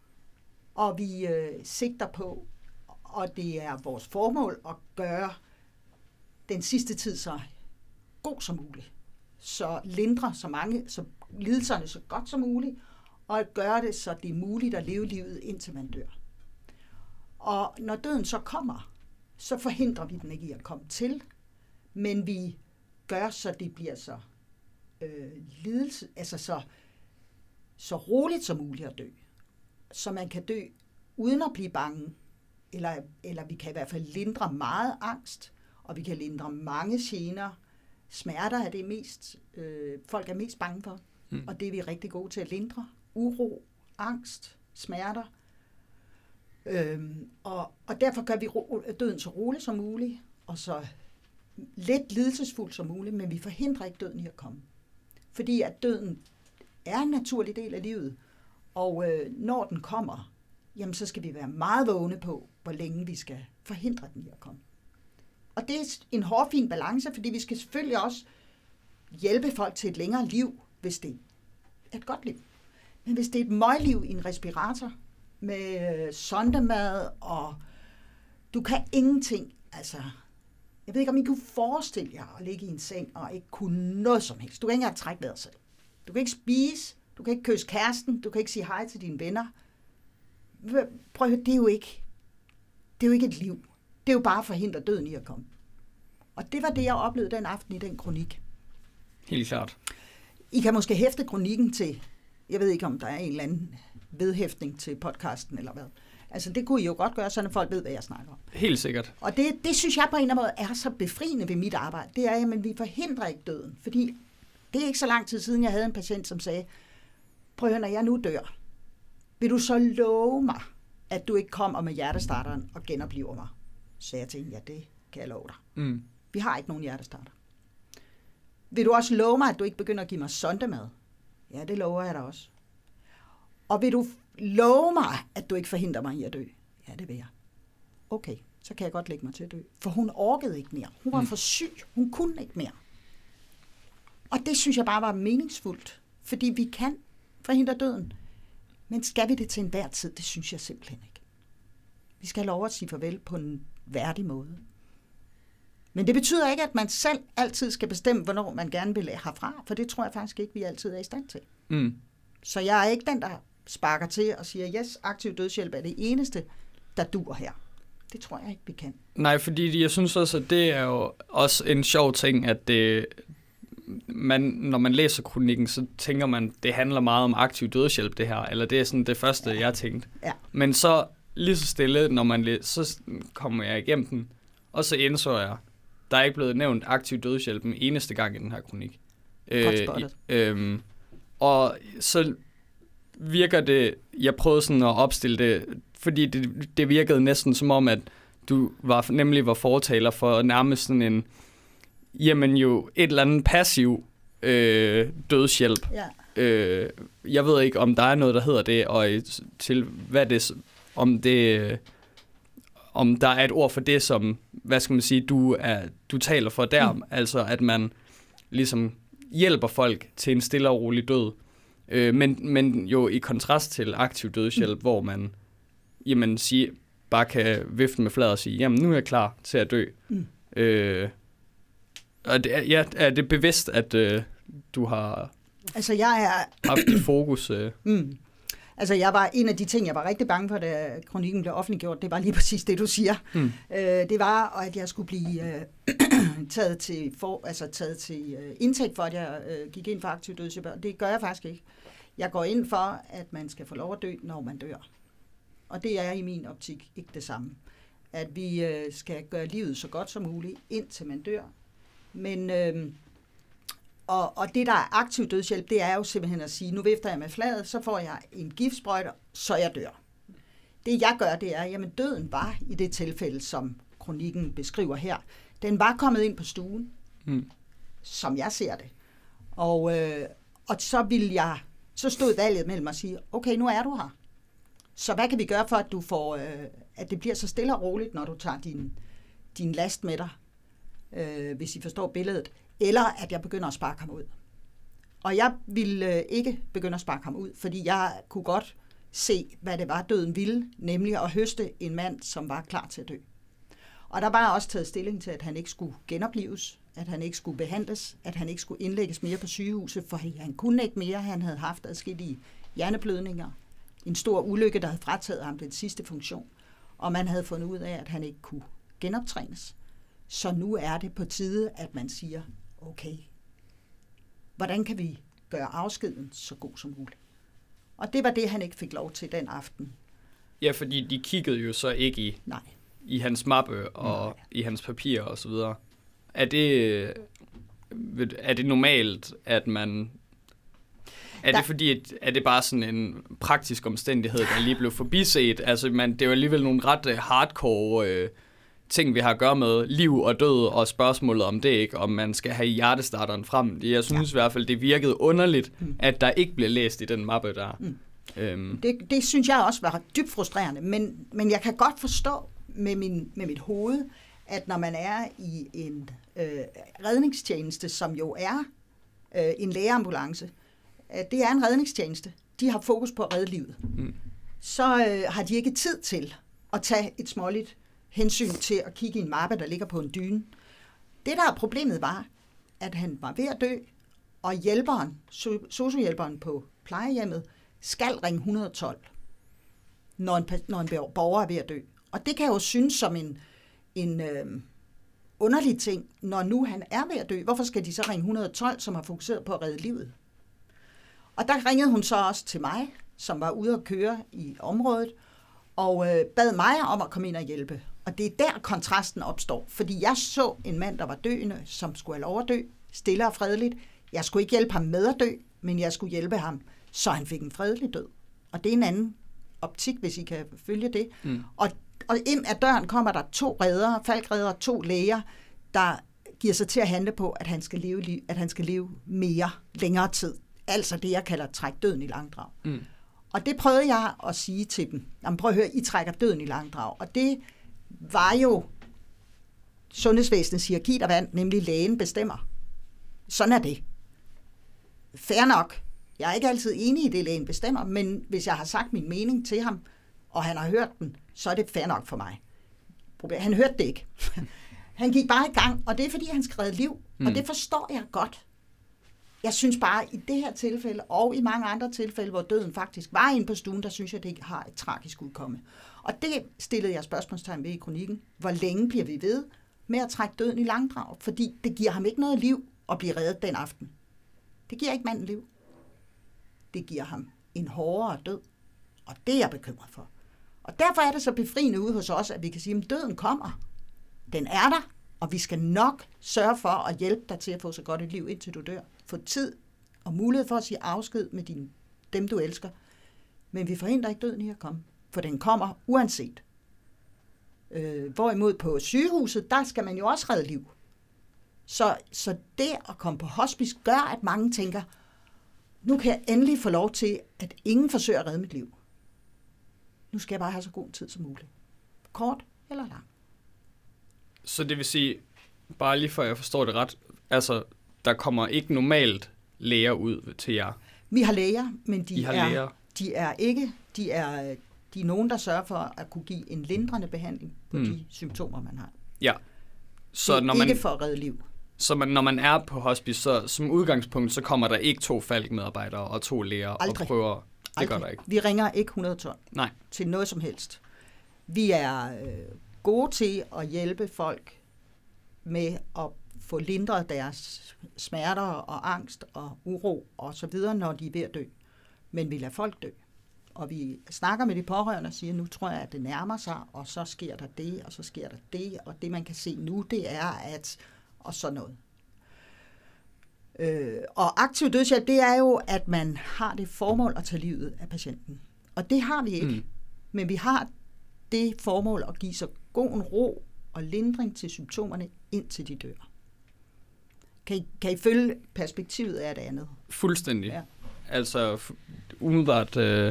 og vi øh, sigter på, og det er vores formål at gøre den sidste tid så god som muligt. Så lindre så mange, så lidelserne så godt som muligt, og at gøre det, så det er muligt at leve livet, indtil man dør. Og når døden så kommer, så forhindrer vi den ikke i at komme til, men vi gør, så det bliver så øh, lidelse, altså så så roligt som muligt at dø. Så man kan dø uden at blive bange, eller, eller vi kan i hvert fald lindre meget angst, og vi kan lindre mange gener. Smerter er det mest, øh, folk er mest bange for, mm. og det er vi rigtig gode til at lindre. Uro, angst, smerter. Øhm, og, og derfor gør vi ro- døden så rolig som muligt, og så lidt lidelsesfuld som muligt, men vi forhindrer ikke døden i at komme. Fordi at døden er en naturlig del af livet, og øh, når den kommer, jamen så skal vi være meget vågne på, hvor længe vi skal forhindre den i at komme. Og det er en hårfin balance, fordi vi skal selvfølgelig også hjælpe folk til et længere liv, hvis det er et godt liv. Men hvis det er et møgliv i en respirator, med sondemad, og du kan ingenting, altså, jeg ved ikke, om I kunne forestille jer at ligge i en seng, og ikke kunne noget som helst. Du kan ikke engang trække vejret selv. Du kan ikke spise, du kan ikke kysse kæresten, du kan ikke sige hej til dine venner. Prøv at høre, det er jo ikke, det er jo ikke et liv. Det er jo bare at forhindre døden i at komme. Og det var det, jeg oplevede den aften i den kronik. Helt klart. I kan måske hæfte kronikken til, jeg ved ikke, om der er en eller anden vedhæftning til podcasten eller hvad. Altså det kunne I jo godt gøre, så folk ved, hvad jeg snakker om. Helt sikkert. Og det, det synes jeg på en eller anden måde er så befriende ved mit arbejde. Det er, at vi forhindrer ikke døden. Fordi det er ikke så lang tid siden, jeg havde en patient, som sagde, prøv at høre, når jeg nu dør, vil du så love mig, at du ikke kommer med hjertestarteren og genoplever mig? Så jeg tænkte, ja, det kan jeg love dig. Mm. Vi har ikke nogen hjertestarter. Vil du også love mig, at du ikke begynder at give mig sondemad? Ja, det lover jeg dig også. Og vil du love mig, at du ikke forhindrer mig i at dø? Ja, det vil jeg. Okay, så kan jeg godt lægge mig til at dø. For hun orkede ikke mere. Hun var mm. for syg. Hun kunne ikke mere. Og det synes jeg bare var meningsfuldt. Fordi vi kan forhindre døden. Men skal vi det til enhver tid? Det synes jeg simpelthen ikke. Vi skal have lov at sige farvel på en værdig måde. Men det betyder ikke, at man selv altid skal bestemme, hvornår man gerne vil herfra. For det tror jeg faktisk ikke, vi altid er i stand til. Mm. Så jeg er ikke den, der sparker til og siger, yes, aktiv dødshjælp er det eneste, der dur her. Det tror jeg ikke, vi kan. Nej, fordi jeg synes også, at det er jo også en sjov ting, at det, man, når man læser kronikken, så tænker man, det handler meget om aktiv dødshjælp, det her. Eller det er sådan det første, ja. jeg tænkte. Ja. Men så lige så stille, når man læser, så kommer jeg igennem den, og så indså jeg, der er ikke blevet nævnt aktiv dødshjælp en eneste gang i den her kronik. Godt spottet. Øh, øh, og så virker det, jeg prøvede sådan at opstille det, fordi det, det virkede næsten som om, at du var, nemlig var fortaler for nærmest sådan en, jamen jo, et eller andet passiv øh, dødshjælp. Ja. Øh, jeg ved ikke, om der er noget, der hedder det, og til hvad det, om det, om der er et ord for det, som, hvad skal man sige, du, er, du taler for der, mm. altså at man ligesom hjælper folk til en stille og rolig død. Øh, men, men jo i kontrast til aktiv dødshjælp, mm. hvor man jamen, sige, bare kan vifte med fladet og sige, jamen nu er jeg klar til at dø. Mm. Øh, og det, ja, er det bevidst, at øh, du har altså, jeg er... haft et fokus? Øh. Mm. Altså, jeg var en af de ting, jeg var rigtig bange for, da kronikken blev offentliggjort, det var lige præcis det, du siger. Mm. Øh, det var, at jeg skulle blive øh, taget til, for, altså, taget til øh, indtægt for, at jeg øh, gik ind for aktiv dødshjælp. Det gør jeg faktisk ikke. Jeg går ind for, at man skal få lov at dø, når man dør. Og det er i min optik ikke det samme. At vi øh, skal gøre livet så godt som muligt, indtil man dør. Men... Øh, Og, og det, der er aktiv dødshjælp, det er jo simpelthen at sige, nu vifter jeg med fladet, så får jeg en giftsprøjte, så jeg dør. Det jeg gør, det er, jamen døden var i det tilfælde, som kronikken beskriver her, den var kommet ind på stuen, mm. som jeg ser det. Og, øh, og så ville jeg, så stod valget mellem at sige, okay, nu er du her. Så hvad kan vi gøre for, at du får, øh, at det bliver så stille og roligt, når du tager din, din last med dig, øh, hvis I forstår billedet. Eller at jeg begynder at sparke ham ud. Og jeg ville øh, ikke begynde at sparke ham ud, fordi jeg kunne godt se, hvad det var, døden ville, nemlig at høste en mand, som var klar til at dø. Og der var også taget stilling til, at han ikke skulle genoplives, at han ikke skulle behandles, at han ikke skulle indlægges mere på sygehuset, for han kunne ikke mere. Han havde haft adskillige hjerneblødninger, en stor ulykke, der havde frataget ham den sidste funktion, og man havde fundet ud af, at han ikke kunne genoptrænes. Så nu er det på tide, at man siger, okay, hvordan kan vi gøre afskeden så god som muligt? Og det var det, han ikke fik lov til den aften. Ja, fordi de kiggede jo så ikke i, Nej. i hans mappe og Nej. i hans papirer og så videre. Er det, er det normalt, at man... Er Der... det fordi, at, er det bare sådan en praktisk omstændighed, der lige blev forbiset? Altså, man, det er jo alligevel nogle ret hardcore øh, ting, vi har at gøre med liv og død og spørgsmålet om det, ikke? Om man skal have hjertestarteren frem. Jeg synes ja. i hvert fald, det virkede underligt, mm. at der ikke blev læst i den mappe der. Mm. Øhm. Det, det synes jeg også var dybt frustrerende, men, men jeg kan godt forstå med, min, med mit hoved, at når man er i en øh, redningstjeneste, som jo er øh, en lægeambulance, øh, det er en redningstjeneste, de har fokus på at redde livet, mm. så øh, har de ikke tid til at tage et småligt hensyn til at kigge i en mappe, der ligger på en dyne. Det, der er problemet, var, at han var ved at dø, og hjælperen, sociohjælperen på plejehjemmet, skal ringe et hundrede og tolv, når en, når en borger er ved at dø. Og det kan jo synes som en, en øh, underlig ting, når nu han er ved at dø. Hvorfor skal de så ringe et hundrede og tolv, som har fokuseret på at redde livet? Og der ringede hun så også til mig, som var ude at køre i området, og øh, bad mig om at komme ind og hjælpe. Og det er der kontrasten opstår, fordi jeg så en mand, der var døende, som skulle have lov at dø, stille og fredeligt. Jeg skulle ikke hjælpe ham med at dø, men jeg skulle hjælpe ham, så han fik en fredelig død. Og det er en anden optik, hvis I kan følge det. Mm. Og, og ind ad døren kommer der to reddere, falkreddere, to læger, der giver sig til at handle på, at han skal leve, at han skal leve mere, længere tid. Altså det, jeg kalder træk døden i langdrag. Mm. Og det prøvede jeg at sige til dem. Jamen prøv at høre, I trækker døden i langdrag. Og det var jo sundhedsvæsenets hierarki, der vandt, nemlig lægen bestemmer. Sådan er det. Fair nok. Jeg er ikke altid enig i det, lægen bestemmer, men hvis jeg har sagt min mening til ham, og han har hørt den, så er det fair nok for mig. Han hørte det ikke. Han gik bare i gang, og det er, fordi han skrev liv, mm. og det forstår jeg godt. Jeg synes bare, i det her tilfælde, og i mange andre tilfælde, hvor døden faktisk var inde på stuen, der synes jeg, det har et tragisk udkomme. Og det stillede jeg spørgsmålstegn ved i kronikken. Hvor længe bliver vi ved med at trække døden i langdrag? Fordi det giver ham ikke noget liv at blive reddet den aften. Det giver ikke manden liv. Det giver ham en hårdere død. Og det er jeg bekymret for. Og derfor er det så befriende ude hos os, at vi kan sige, at døden kommer. Den er der, og vi skal nok sørge for at hjælpe dig til at få så godt et liv, indtil du dør. Få tid og mulighed for at sige afsked med din, dem, du elsker. Men vi forhindrer ikke døden i at komme, for den kommer uanset. Øh, hvorimod på sygehuset, der skal man jo også redde liv. Så, så det at komme på hospice gør, at mange tænker, nu kan jeg endelig få lov til, at ingen forsøger at redde mit liv. Nu skal jeg bare have så god tid som muligt. Kort eller lang. Så det vil sige, bare lige for at jeg forstår det ret, altså der kommer ikke normalt læger ud til jer? Vi har læger, men de, har er, læger. de er ikke, de er, de er nogen, der sørger for at kunne give en lindrende behandling på hmm. de symptomer, man har. Ja. Så det er når ikke man, for at redde liv. Så man, når man er på hospice, så som udgangspunkt, så kommer der ikke to falkmedarbejdere og to læger Aldrig. og prøver. Det Aldrig. gør der ikke. Vi ringer ikke et hundrede og tolv Nej. til noget som helst. Vi er øh, gode til at hjælpe folk med at få lindret deres smerter og angst og uro og så videre, når de er ved at dø. Men vi lader folk dø. Og vi snakker med de pårørende og siger, nu tror jeg, at det nærmer sig, og så sker der det, og så sker der det, og det man kan se nu, det er at, og sådan noget. Øh, og aktiv dødshjælp, det er jo, at man har det formål at tage livet af patienten. Og det har vi ikke. Mm. Men vi har det formål at give så god en ro og lindring til symptomerne, indtil de dør. Kan I, kan I følge perspektivet af det andet? Fuldstændig. Ja. Altså, umiddelbart, øh,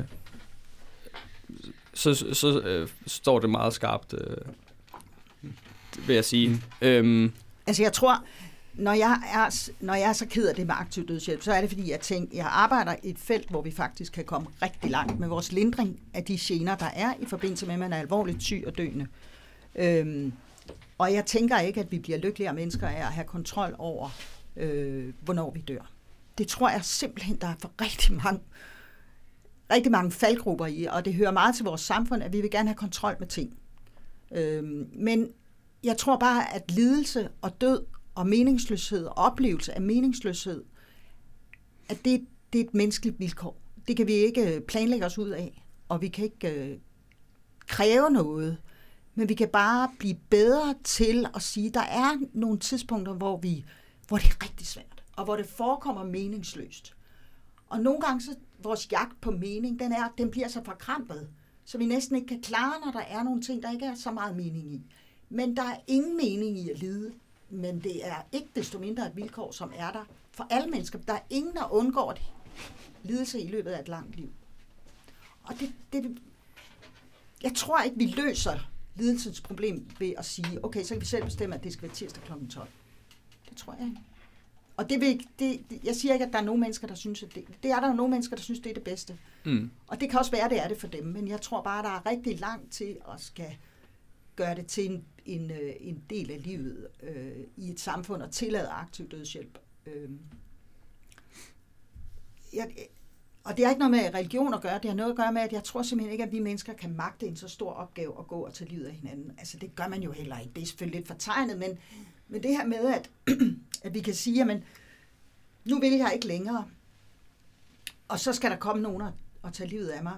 så, så øh, står det meget skarpt, øh, vil jeg sige. Mm. Øhm. Altså, jeg tror, når jeg, er, når jeg er så ked af det med aktiv dødshjælp, så er det, fordi jeg tænker, jeg arbejder i et felt, hvor vi faktisk kan komme rigtig langt med vores lindring af de gener, der er i forbindelse med, at man er alvorligt syg og døende. Øhm, og jeg tænker ikke, at vi bliver lykkeligere mennesker af at have kontrol over, øh, hvornår vi dør. Det tror jeg simpelthen, der er for rigtig mange, rigtig mange faldgrupper i, og det hører meget til vores samfund, at vi vil gerne have kontrol med ting. Øhm, men jeg tror bare, at lidelse og død og meningsløshed og oplevelse af meningsløshed, at det, det er et menneskeligt vilkår. Det kan vi ikke planlægge os ud af, og vi kan ikke øh, kræve noget, men vi kan bare blive bedre til at sige, at der er nogle tidspunkter, hvor, vi, hvor det er rigtig svært, og hvor det forekommer meningsløst. Og nogle gange, så vores jagt på mening, den, er, den bliver så forkrampet, så vi næsten ikke kan klare, når der er nogle ting, der ikke er så meget mening i. Men der er ingen mening i at lide, men det er ikke desto mindre et vilkår, som er der for alle mennesker. Der er ingen, der undgår det. Lidelse i løbet af et langt liv. Og det, det, jeg tror ikke, vi løser lidelsens problem ved at sige, okay, så kan vi selv bestemme, at det skal være tirsdag klokken tolv. Det tror jeg ikke. Og det vil, det, jeg siger ikke, at der er nogle mennesker, der synes, at det, det er der jo nogle mennesker, der synes, det er det bedste. Mm. Og det kan også være, at det er det for dem, men jeg tror bare, der er rigtig langt til at skal gøre det til en, en, en del af livet øh, i et samfund og tillade aktiv dødshjælp. Øh, jeg, og det har ikke noget med religion at gøre, det har noget at gøre med, at jeg tror simpelthen ikke, at vi mennesker kan magte en så stor opgave at gå og tage livet af hinanden. Altså det gør man jo heller ikke. Det er selvfølgelig lidt fortegnet, men, men det her med, at, at vi kan sige, at nu vil jeg ikke længere, og så skal der komme nogen og tage livet af mig.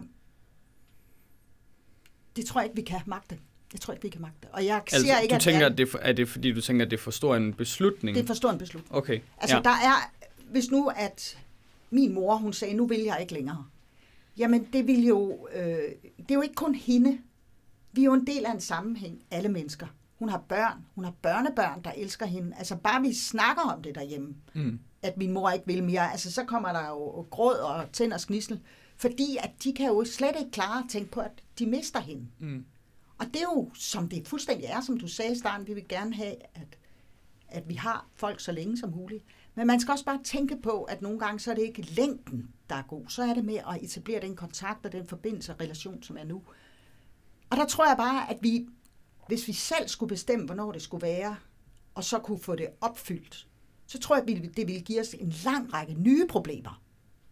Det tror jeg ikke, vi kan magte. Jeg tror ikke, vi kan magte. Og jeg altså, ser ikke, du at tænker, det er, at det er, er det fordi, du tænker, at det er for stor en beslutning? Det er for stor en beslutning. Okay. Altså, ja. der er, hvis nu, at min mor, hun sagde, nu vil jeg ikke længere. Jamen, det vil jo, øh, det er jo ikke kun hende. Vi er jo en del af en sammenhæng, alle mennesker. Hun har børn, hun har børnebørn, der elsker hende. Altså, bare vi snakker om det derhjemme, mm. at min mor ikke vil mere, altså, så kommer der jo gråd og tænd og snissel, fordi at de kan jo slet ikke klare at tænke på, at de mister hende. Mm. Og det er jo, som det fuldstændig er, som du sagde i starten, vi vil gerne have, at, at vi har folk så længe som muligt. Men man skal også bare tænke på, at nogle gange, så er det ikke længden, der er god. Så er det med at etablere den kontakt og den forbindelse og relation, som er nu. Og der tror jeg bare, at vi, hvis vi selv skulle bestemme, hvornår det skulle være, og så kunne få det opfyldt, så tror jeg, at det ville give os en lang række nye problemer.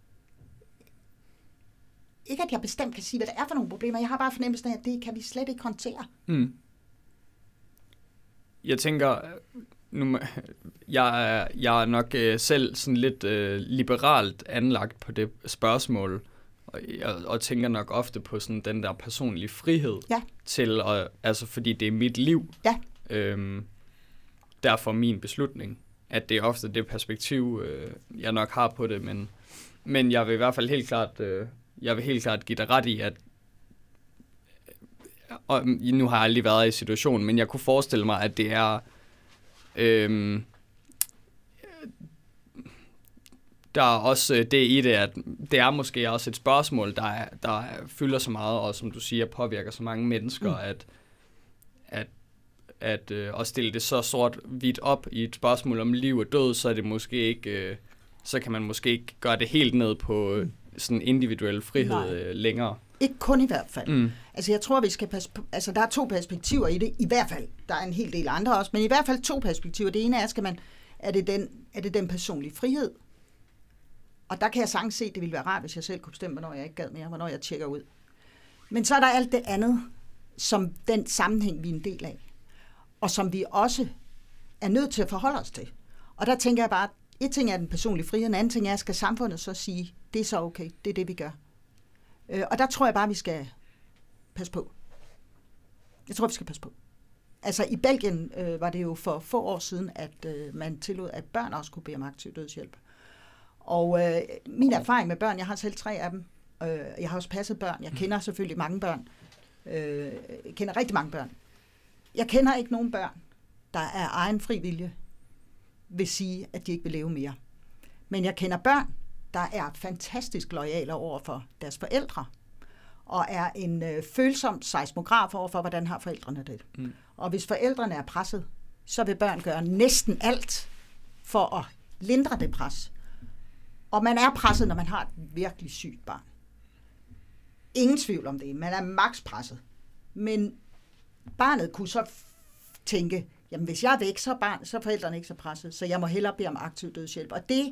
Ikke at jeg bestemt kan sige, hvad der er for nogle problemer. Jeg har bare fornemmelsen af, at det kan vi slet ikke håndtere. Mm. Jeg tænker, nu, jeg, er, jeg er nok øh, selv sådan lidt øh, liberalt anlagt på det spørgsmål, og, og, og tænker nok ofte på sådan den der personlige frihed ja. til, at, altså fordi det er mit liv. Ja. Øhm, derfor min beslutning, at det er ofte det perspektiv, øh, jeg nok har på det, men, men jeg vil i hvert fald helt klart... Øh, Jeg vil helt klart give dig ret i, at og nu har jeg aldrig været i situationen, men jeg kunne forestille mig, at det er øhm, der er også det i det, at det er måske også et spørgsmål, der, er, der fylder så meget, og som du siger, påvirker så mange mennesker, mm. at, at, at øh, at stille det så sort-hvidt op i et spørgsmål om liv og død, så er det måske ikke, øh, så kan man måske ikke gøre det helt ned på øh, sådan individuel frihed øh, længere. Ikke kun i hvert fald. Mm. Altså jeg tror, vi skal passe på, altså der er to perspektiver i det, i hvert fald. Der er en hel del andre også, men i hvert fald to perspektiver. Det ene er, skal man, er det den, er det den personlige frihed? Og der kan jeg sagtens se, at det ville være rart, hvis jeg selv kunne bestemme, hvornår jeg ikke gad mere, hvornår jeg tjekker ud. Men så er der alt det andet, som den sammenhæng, vi er en del af, og som vi også er nødt til at forholde os til. Og der tænker jeg bare, et ting er den personlige frihed, en anden ting er, skal samfundet så sige, det er så okay, det er det, vi gør. Øh, og der tror jeg bare, vi skal passe på. Jeg tror, vi skal passe på. Altså i Belgien øh, var det jo for få år siden, at øh, man tillod, at børn også kunne bede om aktiv dødshjælp. Og øh, min erfaring med børn, jeg har selv tre af dem, øh, jeg har også passet børn, jeg kender selvfølgelig mange børn, øh, jeg kender rigtig mange børn. Jeg kender ikke nogen børn, der er egen fri vilje, vil sige, at de ikke vil leve mere. Men jeg kender børn, der er fantastisk loyale over for deres forældre, og er en øh, følsom seismograf over for, hvordan har forældrene det. Mm. Og hvis forældrene er presset, så vil børn gøre næsten alt for at lindre det pres. Og man er presset, når man har et virkelig sygt barn. Ingen tvivl om det. Man er maks presset. Men barnet kunne så tænke, jamen hvis jeg er væk, så er, barn, så er forældrene ikke så presset, så jeg må hellere bede om aktiv dødshjælp. Og det,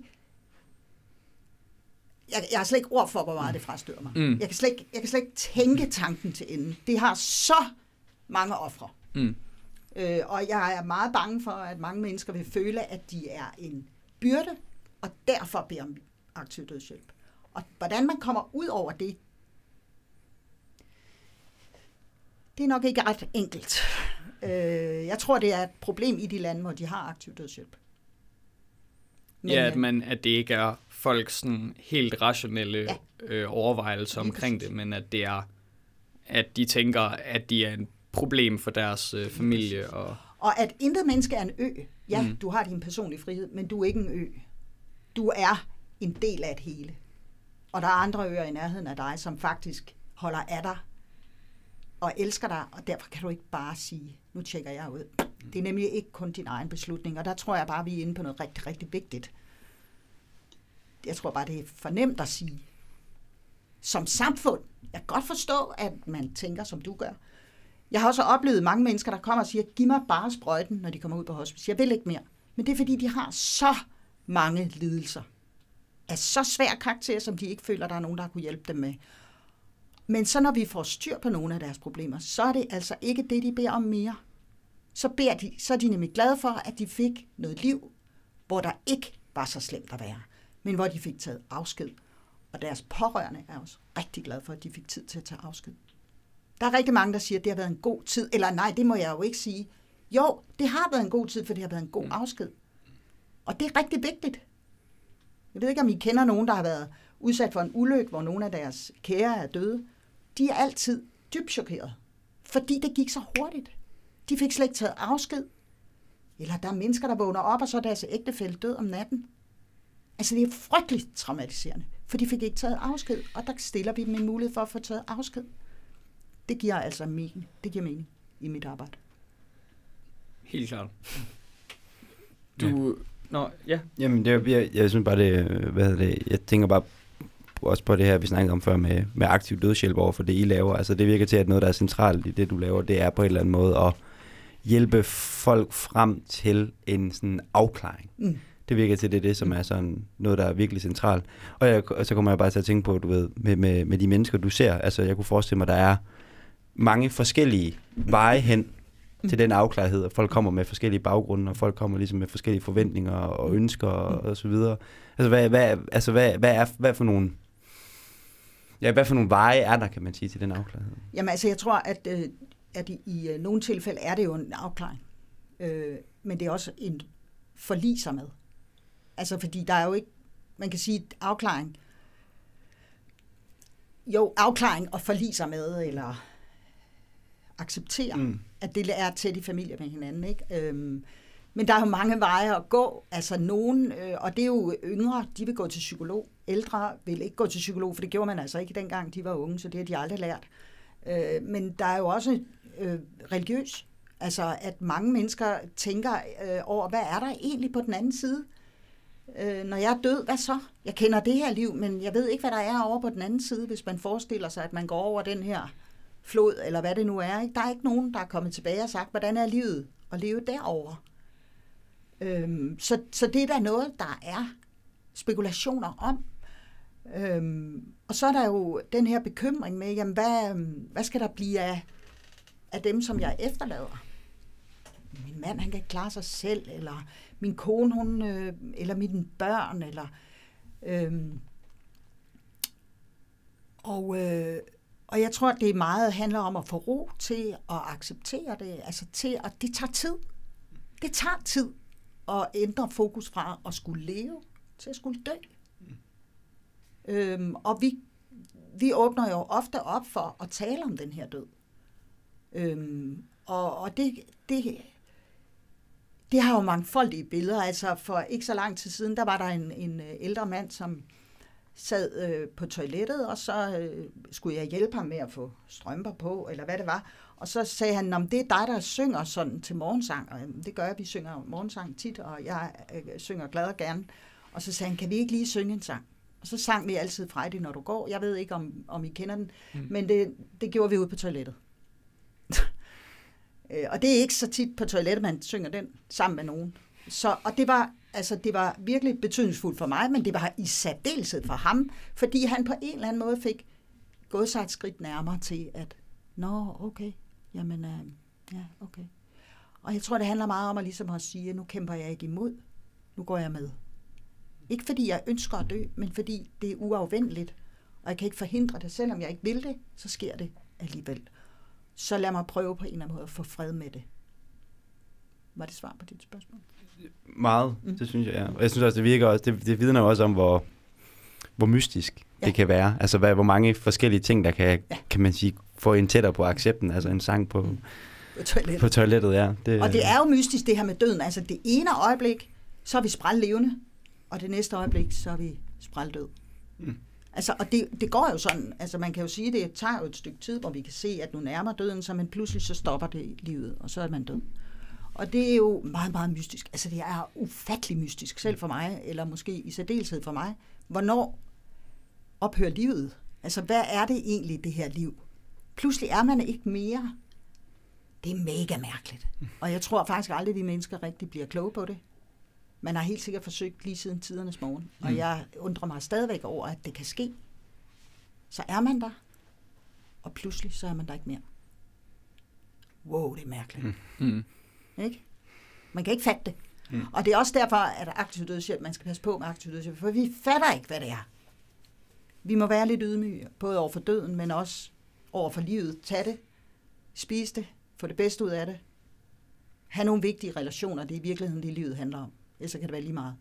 jeg, jeg har slet ikke ord for, hvor meget det frastøder mig. Mm. Jeg, kan slet ikke, jeg kan slet ikke tænke tanken til enden. Det har så mange ofre. Mm. Øh, og jeg er meget bange for, at mange mennesker vil føle, at de er en byrde, og derfor beder om aktiv dødshjælp. Og hvordan man kommer ud over det, det er nok ikke ret enkelt. Øh, jeg tror, det er et problem i de lande, hvor de har aktiv dødshjælp. Men, ja, at, man, at det ikke er folks sådan helt rationelle ja. øh, overvejelser omkring det, men at det er, at de tænker, at de er et problem for deres øh, familie. Og... og at intet menneske er en ø. Ja, mm. du har din personlige frihed, men du er ikke en ø. Du er en del af et hele. Og der er andre øer i nærheden af dig, som faktisk holder af dig og elsker dig, og derfor kan du ikke bare sige, nu tjekker jeg ud. Det er nemlig ikke kun din egen beslutning, og der tror jeg bare, vi er inde på noget rigtig, rigtig vigtigt. Jeg tror bare, det er for nemt at sige. Som samfund, jeg kan godt forstå, at man tænker, som du gør. Jeg har også oplevet mange mennesker, der kommer og siger, giv mig bare sprøjten, når de kommer ud på hospice. Jeg vil ikke mere. Men det er, fordi de har så mange lidelser. Af så svær karakter, som de ikke føler, der er nogen, der kunne hjælpe dem med. Men så når vi får styr på nogle af deres problemer, så er det altså ikke det, de beder om mere. Så, beder de, så er de nemlig glade for, at de fik noget liv, hvor der ikke var så slemt at være, men hvor de fik taget afsked. Og deres pårørende er også rigtig glade for, at de fik tid til at tage afsked. Der er rigtig mange, der siger, at det har været en god tid. Eller nej, det må jeg jo ikke sige. Jo, det har været en god tid, for det har været en god afsked. Og det er rigtig vigtigt. Jeg ved ikke, om I kender nogen, der har været udsat for en ulykke, hvor nogle af deres kære er døde. De er altid dybt chokeret, fordi det gik så hurtigt. De fik slet ikke taget afsked. Eller der er mennesker, der vågner op, og så er deres ægtefælle død om natten. Altså, det er frygteligt traumatiserende, for de fik ikke taget afsked, og der stiller vi dem en mulighed for at få taget afsked. Det giver altså mening. Det giver mening i mit arbejde. Helt klart. Du... Ja. Nå, ja. Jamen, det, jeg, jeg synes bare, det, hvad hedder det, jeg tænker bare også på det her, vi snakkede om før med, med aktiv dødshjælp over for det, I laver. Altså, det virker til, at noget, der er centralt i det, du laver, det er på en eller anden måde at hjælpe folk frem til en sådan afklaring. Mm. Det virker til, det er det, som er sådan noget, der er virkelig centralt. Og, jeg, og så kommer jeg bare til at tænke på, du ved, med, med, med de mennesker, du ser. Altså, jeg kunne forestille mig, der er mange forskellige veje hen til den afklarhed, og folk kommer med forskellige baggrunde, og folk kommer ligesom med forskellige forventninger og ønsker og, og så videre. Altså, hvad, hvad, altså hvad, hvad, er, hvad for nogle ja, hvad for nogle veje er der, kan man sige, til den afklarhed? Jamen, altså, jeg tror, at, øh, at i, i øh, nogle tilfælde er det jo en afklaring. Øh, men det er også en forliser med. Altså, fordi der er jo ikke, man kan sige, afklaring, jo, afklaring og forliser med, eller acceptere, mm. at det er tæt i familie med hinanden, ikke? Øhm, men der er jo mange veje at gå. Altså nogen, øh, og det er jo yngre, de vil gå til psykolog. Ældre vil ikke gå til psykolog, for det gjorde man altså ikke dengang, de var unge, så det har de aldrig lært. Øh, men der er jo også øh, religiøs. Altså at mange mennesker tænker øh, over, hvad er der egentlig på den anden side? Øh, når jeg er død, hvad så? Jeg kender det her liv, men jeg ved ikke, hvad der er over på den anden side, hvis man forestiller sig, at man går over den her flod, eller hvad det nu er. Ikke? Der er ikke nogen, der er kommet tilbage og sagt, hvordan er livet at leve derovre. Øhm, så, så det er der noget, der er spekulationer om. Øhm, og så er der jo den her bekymring med, jamen, hvad, hvad skal der blive af, af dem, som jeg efterlader? Min mand, han kan ikke klare sig selv, eller min kone, hun, øh, eller mine børn, eller... Øhm, og... Øh, Og jeg tror, at det meget handler om at få ro til at acceptere det. Altså til at det tager tid. Det tager tid at ændre fokus fra at skulle leve til at skulle dø. Mm. Øhm, og vi, vi åbner jo ofte op for at tale om den her død. Øhm, og og det, det, det har jo mangfoldige billeder. Altså for ikke så lang tid siden, der var der en, en ældre mand, som sad øh, på toilettet, og så øh, skulle jeg hjælpe ham med at få strømper på, eller hvad det var. Og så sagde han, om det er dig, der synger sådan til morgensang. Og det gør jeg, vi synger morgensang tit, og jeg øh, synger glad og gerne. Og så sagde han, kan vi ikke lige synge en sang? Og så sang vi altid Frejdig, når du går. Jeg ved ikke, om, om I kender den, mm. men det, det gjorde vi ude på toilettet. Og det er ikke så tit på toilettet, man synger den sammen med nogen. Så, og det var, altså, det var virkelig betydningsfuldt for mig, men det var i særdeleshed for ham, fordi han på en eller anden måde fik gået sig et skridt nærmere til, at nå, okay, jamen, øh, ja, okay. Og jeg tror, det handler meget om at, ligesom at sige, at nu kæmper jeg ikke imod, nu går jeg med. Ikke fordi jeg ønsker at dø, men fordi det er uafvendeligt, og jeg kan ikke forhindre det. Selvom jeg ikke vil det, så sker det alligevel. Så lad mig prøve på en eller anden måde at få fred med det. Var det svar på dit spørgsmål? Meget, mm. det synes jeg, ja. Og jeg synes også, det virker også, det, det vidner jo også om, hvor, hvor mystisk ja. det kan være. Altså, hvad, hvor mange forskellige ting, der kan, ja. kan man sige, få en tættere på accepten. Altså en sang på, mm. på toilettet. På toilettet, ja. Det, og det er jo mystisk, det her med døden. Altså, det ene øjeblik, så er vi sprællevende, og det næste øjeblik, så er vi sprælddød. Mm. Altså, og det, det går jo sådan, altså man kan jo sige, det tager jo et stykke tid, hvor vi kan se, at nu nærmer døden, så man pludselig så stopper det livet, og så er man død. Og det er jo meget, meget mystisk. Altså det er ufattelig mystisk, selv for mig, eller måske i særdeleshed for mig. Hvornår ophører livet? Altså hvad er det egentlig, det her liv? Pludselig er man ikke mere. Det er mega mærkeligt. Og jeg tror faktisk aldrig, vi mennesker rigtig bliver kloge på det. Man har helt sikkert forsøgt lige siden tidernes morgen. Og mm. jeg undrer mig stadigvæk over, at det kan ske. Så er man der, og pludselig så er man der ikke mere. Wow, det er mærkeligt. Mm. Ikke? Man kan ikke fatte det. Mm. Og det er også derfor, at aktiv dødshjælp, man skal passe på med aktiv dødshjælp, for vi fatter ikke, hvad det er. Vi må være lidt ydmyge, både over for døden, men også over for livet. Tag det, spis det, få det bedste ud af det. Ha' nogle vigtige relationer, det er i virkeligheden det, livet handler om. Ellers kan det være lige meget.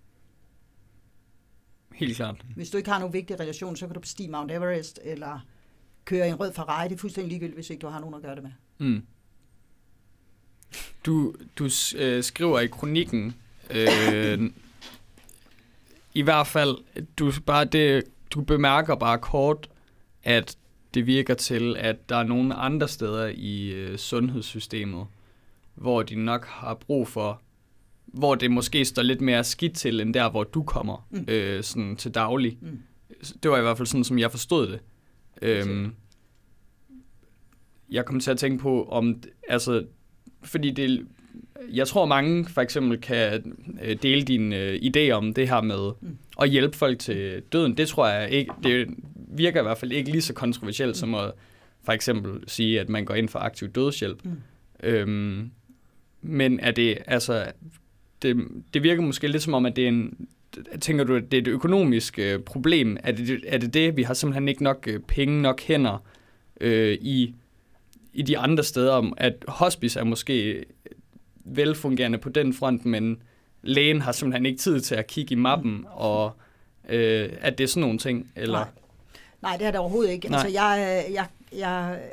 Helt klart. Hvis du ikke har nogle vigtige relationer, så kan du bestige Mount Everest, eller køre i en rød Ferrari. Det er fuldstændig ligegyldigt, hvis ikke du har nogen at gøre det med. Mm. Du, du øh, skriver i kronikken, øh, i hvert fald, du, bare det, du bemærker bare kort, at det virker til, at der er nogle andre steder i øh, sundhedssystemet, hvor de nok har brug for, hvor det måske står lidt mere skidt til, end der, hvor du kommer mm. øh, sådan til daglig. Mm. Det var i hvert fald sådan, som jeg forstod det. Øhm, jeg kom til at tænke på, om, altså, fordi det, jeg tror mange for eksempel kan dele din øh, idé om det her med mm. at hjælpe folk til døden. Det tror jeg ikke, det virker i hvert fald ikke lige så kontroversielt mm. som at for eksempel sige, at man går ind for aktiv dødshjælp. Mm. Øhm, men er det, altså, det, det virker måske lidt som om, at det er en, tænker du, at det er et økonomisk øh, problem? Er det, er det det, vi har simpelthen ikke nok øh, penge, nok hænder øh, i, i de andre steder, at hospice er måske velfungerende på den front, men lægen har simpelthen ikke tid til at kigge i mappen, og øh, at det er sådan nogle ting? Eller? Nej. Nej, det er det overhovedet ikke. Altså, jeg, jeg, jeg,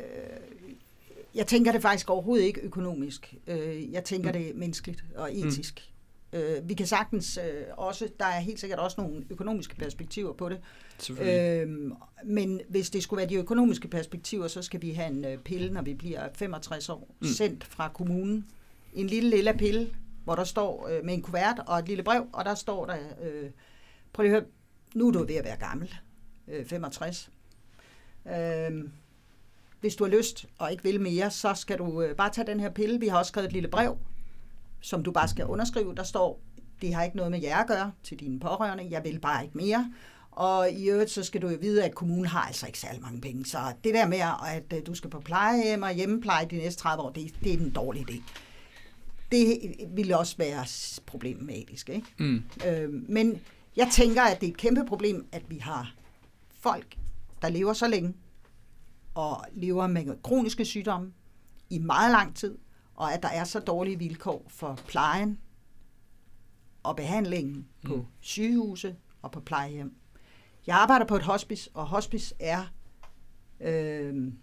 jeg tænker det faktisk overhovedet ikke økonomisk. Jeg tænker det menneskeligt og etisk. Mm. Vi kan sagtens også, der er helt sikkert også nogle økonomiske perspektiver på det. Øhm, men hvis det skulle være de økonomiske perspektiver, så skal vi have en pille, når vi bliver femogtres år, mm. sendt fra kommunen. En lille lille pille, hvor der står øh, med en kuvert og et lille brev, og der står der, øh, prøv lige at høre, nu er du ved at være gammel, øh, femogtres. Øh, hvis du har lyst og ikke vil mere, så skal du øh, bare tage den her pille. Vi har også skrevet et lille brev, som du bare skal underskrive. Der står, det har ikke noget med jer at gøre til dine pårørende, jeg vil bare ikke mere. Og i øvrigt, så skal du jo vide, at kommunen har altså ikke særlig mange penge. Så det der med, at øh, du skal på plejehjem og hjemmepleje de næste tredive år, det, det er en dårlig idé. Det ville også være problematisk, ikke? Mm. Øh, men jeg tænker, at det er et kæmpe problem, at vi har folk, der lever så længe, og lever med kroniske sygdomme i meget lang tid, og at der er så dårlige vilkår for plejen og behandlingen mm. på sygehuse og på plejehjem. Jeg arbejder på et hospice, og hospice er... Øh,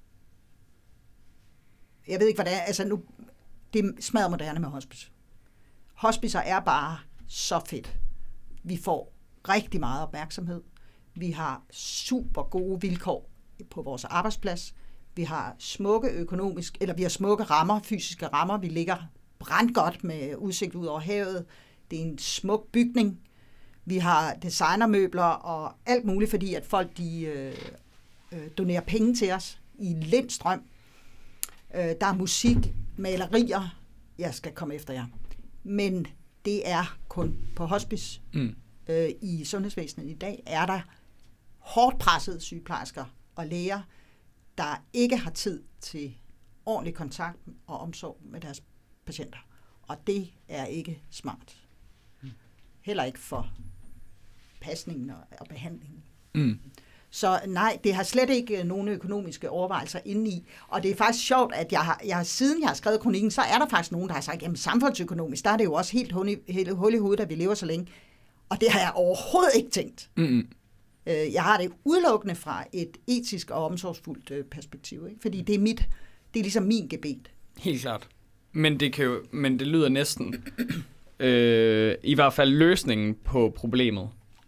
jeg ved ikke, hvad det er. Altså nu... Det er smadret moderne med hospice. Hospicer er bare så fedt. Vi får rigtig meget opmærksomhed. Vi har super gode vilkår på vores arbejdsplads. Vi har smukke økonomisk, eller vi har smukke rammer, fysiske rammer. Vi ligger brandgodt med udsigt ud over havet. Det er en smuk bygning. Vi har designermøbler og alt muligt, fordi at folk de øh, øh, donerer penge til os i lindstrøm. Øh, der er musik, malerier, jeg skal komme efter jer. Men det er kun på hospice. Mm. Øh, I sundhedsvæsenet i dag er der hårdt pressede sygeplejersker og læger, der ikke har tid til ordentlig kontakt og omsorg med deres patienter. Og det er ikke smart. Mm. heller ikke for pasningen og, og behandlingen. Mm. Så nej, det har slet ikke nogen økonomiske overvejelser inde i. Og det er faktisk sjovt, at jeg har, jeg, siden jeg har skrevet kronikken, så er der faktisk nogen, der har sagt, jamen samfundsøkonomisk, der er det jo også helt hul i, helt hul i hovedet, at vi lever så længe. Og det har jeg overhovedet ikke tænkt. Mm-hmm. Jeg har det udelukkende fra et etisk og omsorgsfuldt perspektiv, ikke? Fordi det er mit, det er ligesom min gebet. Helt klart. Men det, kan jo, men det lyder næsten, øh, i hvert fald løsningen på problemet.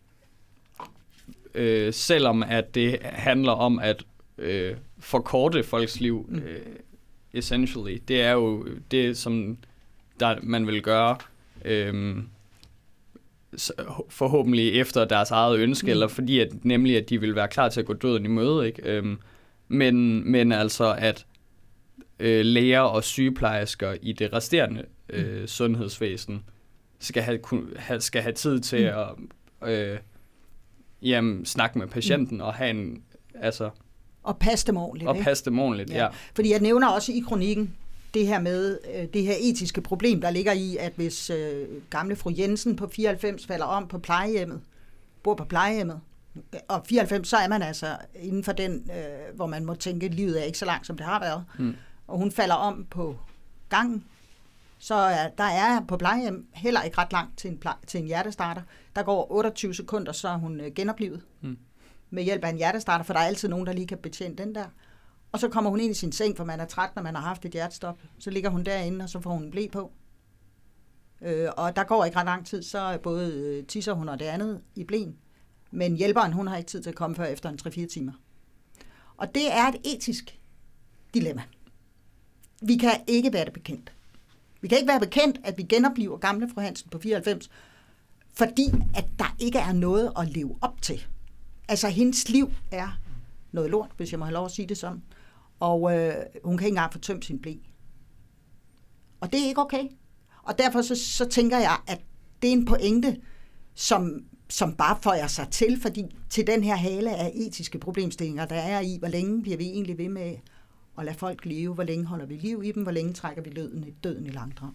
Øh, selvom at det handler om at øh, forkorte folks liv, øh, essentially. Det er jo det, som der, man vil gøre øh, forhåbentlig efter deres eget ønske, mm. eller fordi at, nemlig at de vil være klar til at gå døden i møde, ikke? Øh, men, men altså at øh, læger og sygeplejersker i det resterende øh, mm. sundhedsvæsen skal have, skal have tid til mm. at øh, jamen, snakke med patienten mm. og have en, altså... Og passe dem ordentligt. Og passe dem ordentligt, ja. ja. Fordi jeg nævner også i kronikken det her med øh, det her etiske problem, der ligger i, at hvis øh, gamle fru Jensen på fireoghalvfems falder om på plejehjemmet, bor på plejehjemmet, og fireoghalvfems, så er man altså inden for den, øh, hvor man må tænke, at livet er ikke så langt, som det har været. Mm. Og hun falder om på gangen, så er, der er på plejehjem heller ikke ret langt til en, pleje, til en hjertestarter. Der går otteogtyve sekunder, så er hun øh, genoplivet mm. med hjælp af en hjertestarter, for der er altid nogen, der lige kan betjene den der. Og så kommer hun ind i sin seng, for man er træt, når man har haft et hjertestop. Så ligger hun derinde, og så får hun en ble på. Øh, og der går ikke ret lang tid, så både øh, tisser hun og det andet i blen. Men hjælperen, hun har ikke tid til at komme før efter en tre fire timer. Og det er et etisk dilemma. Vi kan ikke være det bekendt. Vi kan ikke være bekendt, at vi genopliver gamle fru Hansen på fireoghalvfems, fordi at der ikke er noget at leve op til. Altså, hendes liv er noget lort, hvis jeg må have lov at sige det sådan. Og øh, hun kan ikke engang få tømt sin ble. Og det er ikke okay. Og derfor så, så tænker jeg, at det er en pointe, som, som bare føjer sig til, fordi til den her hale af etiske problemstillinger, der er i, hvor længe bliver vi egentlig ved med at lade folk leve, hvor længe holder vi liv i dem, hvor længe trækker vi døden i, døden i langdrag.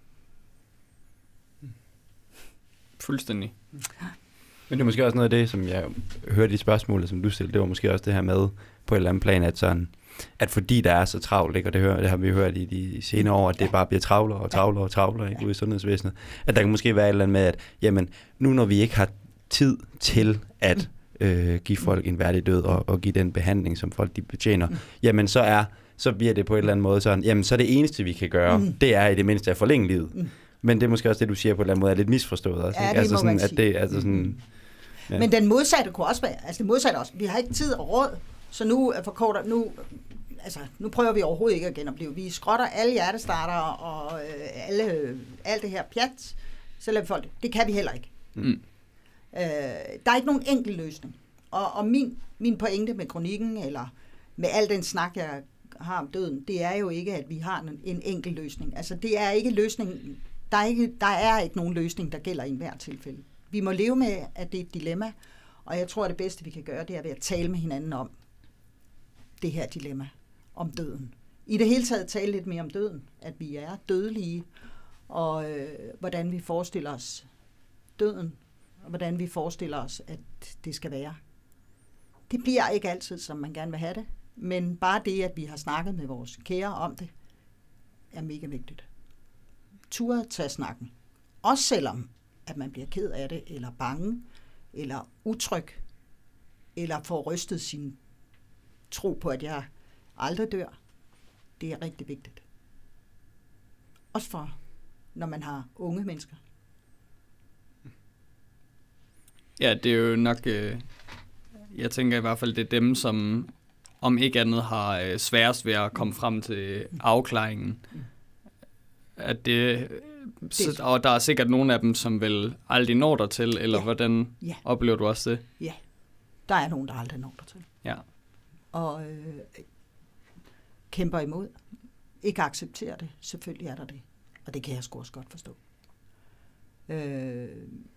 Fuldstændig. Men det er måske også noget af det, som jeg hørte i spørgsmålet, som du stillede, det var måske også det her med på et eller andet plan, at sådan, at fordi der er så travlt, ikke, og det, hører, det har vi hørt i de senere år, at det bare bliver travlere og travlere og travlere ikke, ude i sundhedsvæsenet, at der kan måske være et eller andet med, at jamen, nu når vi ikke har tid til at øh, give folk en værdig død og, og give den behandling, som folk de betjener, jamen så er så bliver det på en eller anden måde sådan, jamen så det eneste, vi kan gøre, mm. det er i det mindste at forlænge livet. Mm. Men det er måske også det, du siger på en eller anden måde, er lidt misforstået også. Ja, ikke? Det altså må sådan, man at sige. det, altså sådan, ja. Men den modsatte kunne også være, altså det modsatte også, vi har ikke tid og råd, så nu forkorter, nu, altså nu prøver vi overhovedet ikke at genopleve. Vi skrotter alle hjertestarter og øh, alle, alt det her pjat, så lader vi folk, det kan vi heller ikke. Mm. Øh, der er ikke nogen enkel løsning. Og, og min, min pointe med kronikken, eller med al den snak, jeg har om døden, det er jo ikke, at vi har en, en enkel løsning. Altså det er ikke løsning, der er ikke, der er ikke nogen løsning, der gælder i enhver tilfælde. Vi må leve med, at det er et dilemma, og jeg tror, at det bedste, vi kan gøre, det er ved at tale med hinanden om det her dilemma, om døden. I det hele taget tale lidt mere om døden, at vi er dødelige, og øh, hvordan vi forestiller os døden, og hvordan vi forestiller os, at det skal være. Det bliver ikke altid, som man gerne vil have det, men bare det, at vi har snakket med vores kære om det, er mega vigtigt. Turde tage snakken. Også selvom, at man bliver ked af det, eller bange, eller utryg, eller får rystet sin tro på, at jeg aldrig dør. Det er rigtig vigtigt. Også for, når man har unge mennesker. Ja, det er jo nok, øh, jeg tænker i hvert fald, det er dem, som om ikke andet har øh, sværest ved at komme frem til afklaringen. At det, det, og der er sikkert nogle af dem, som vel aldrig når der til, eller ja. Hvordan ja. Oplever du også det? Ja, der er nogen, der aldrig når der til. Ja. Og øh, kæmper imod. Ikke accepterer det. Selvfølgelig er der det. Og det kan jeg sgu også godt forstå. Øh,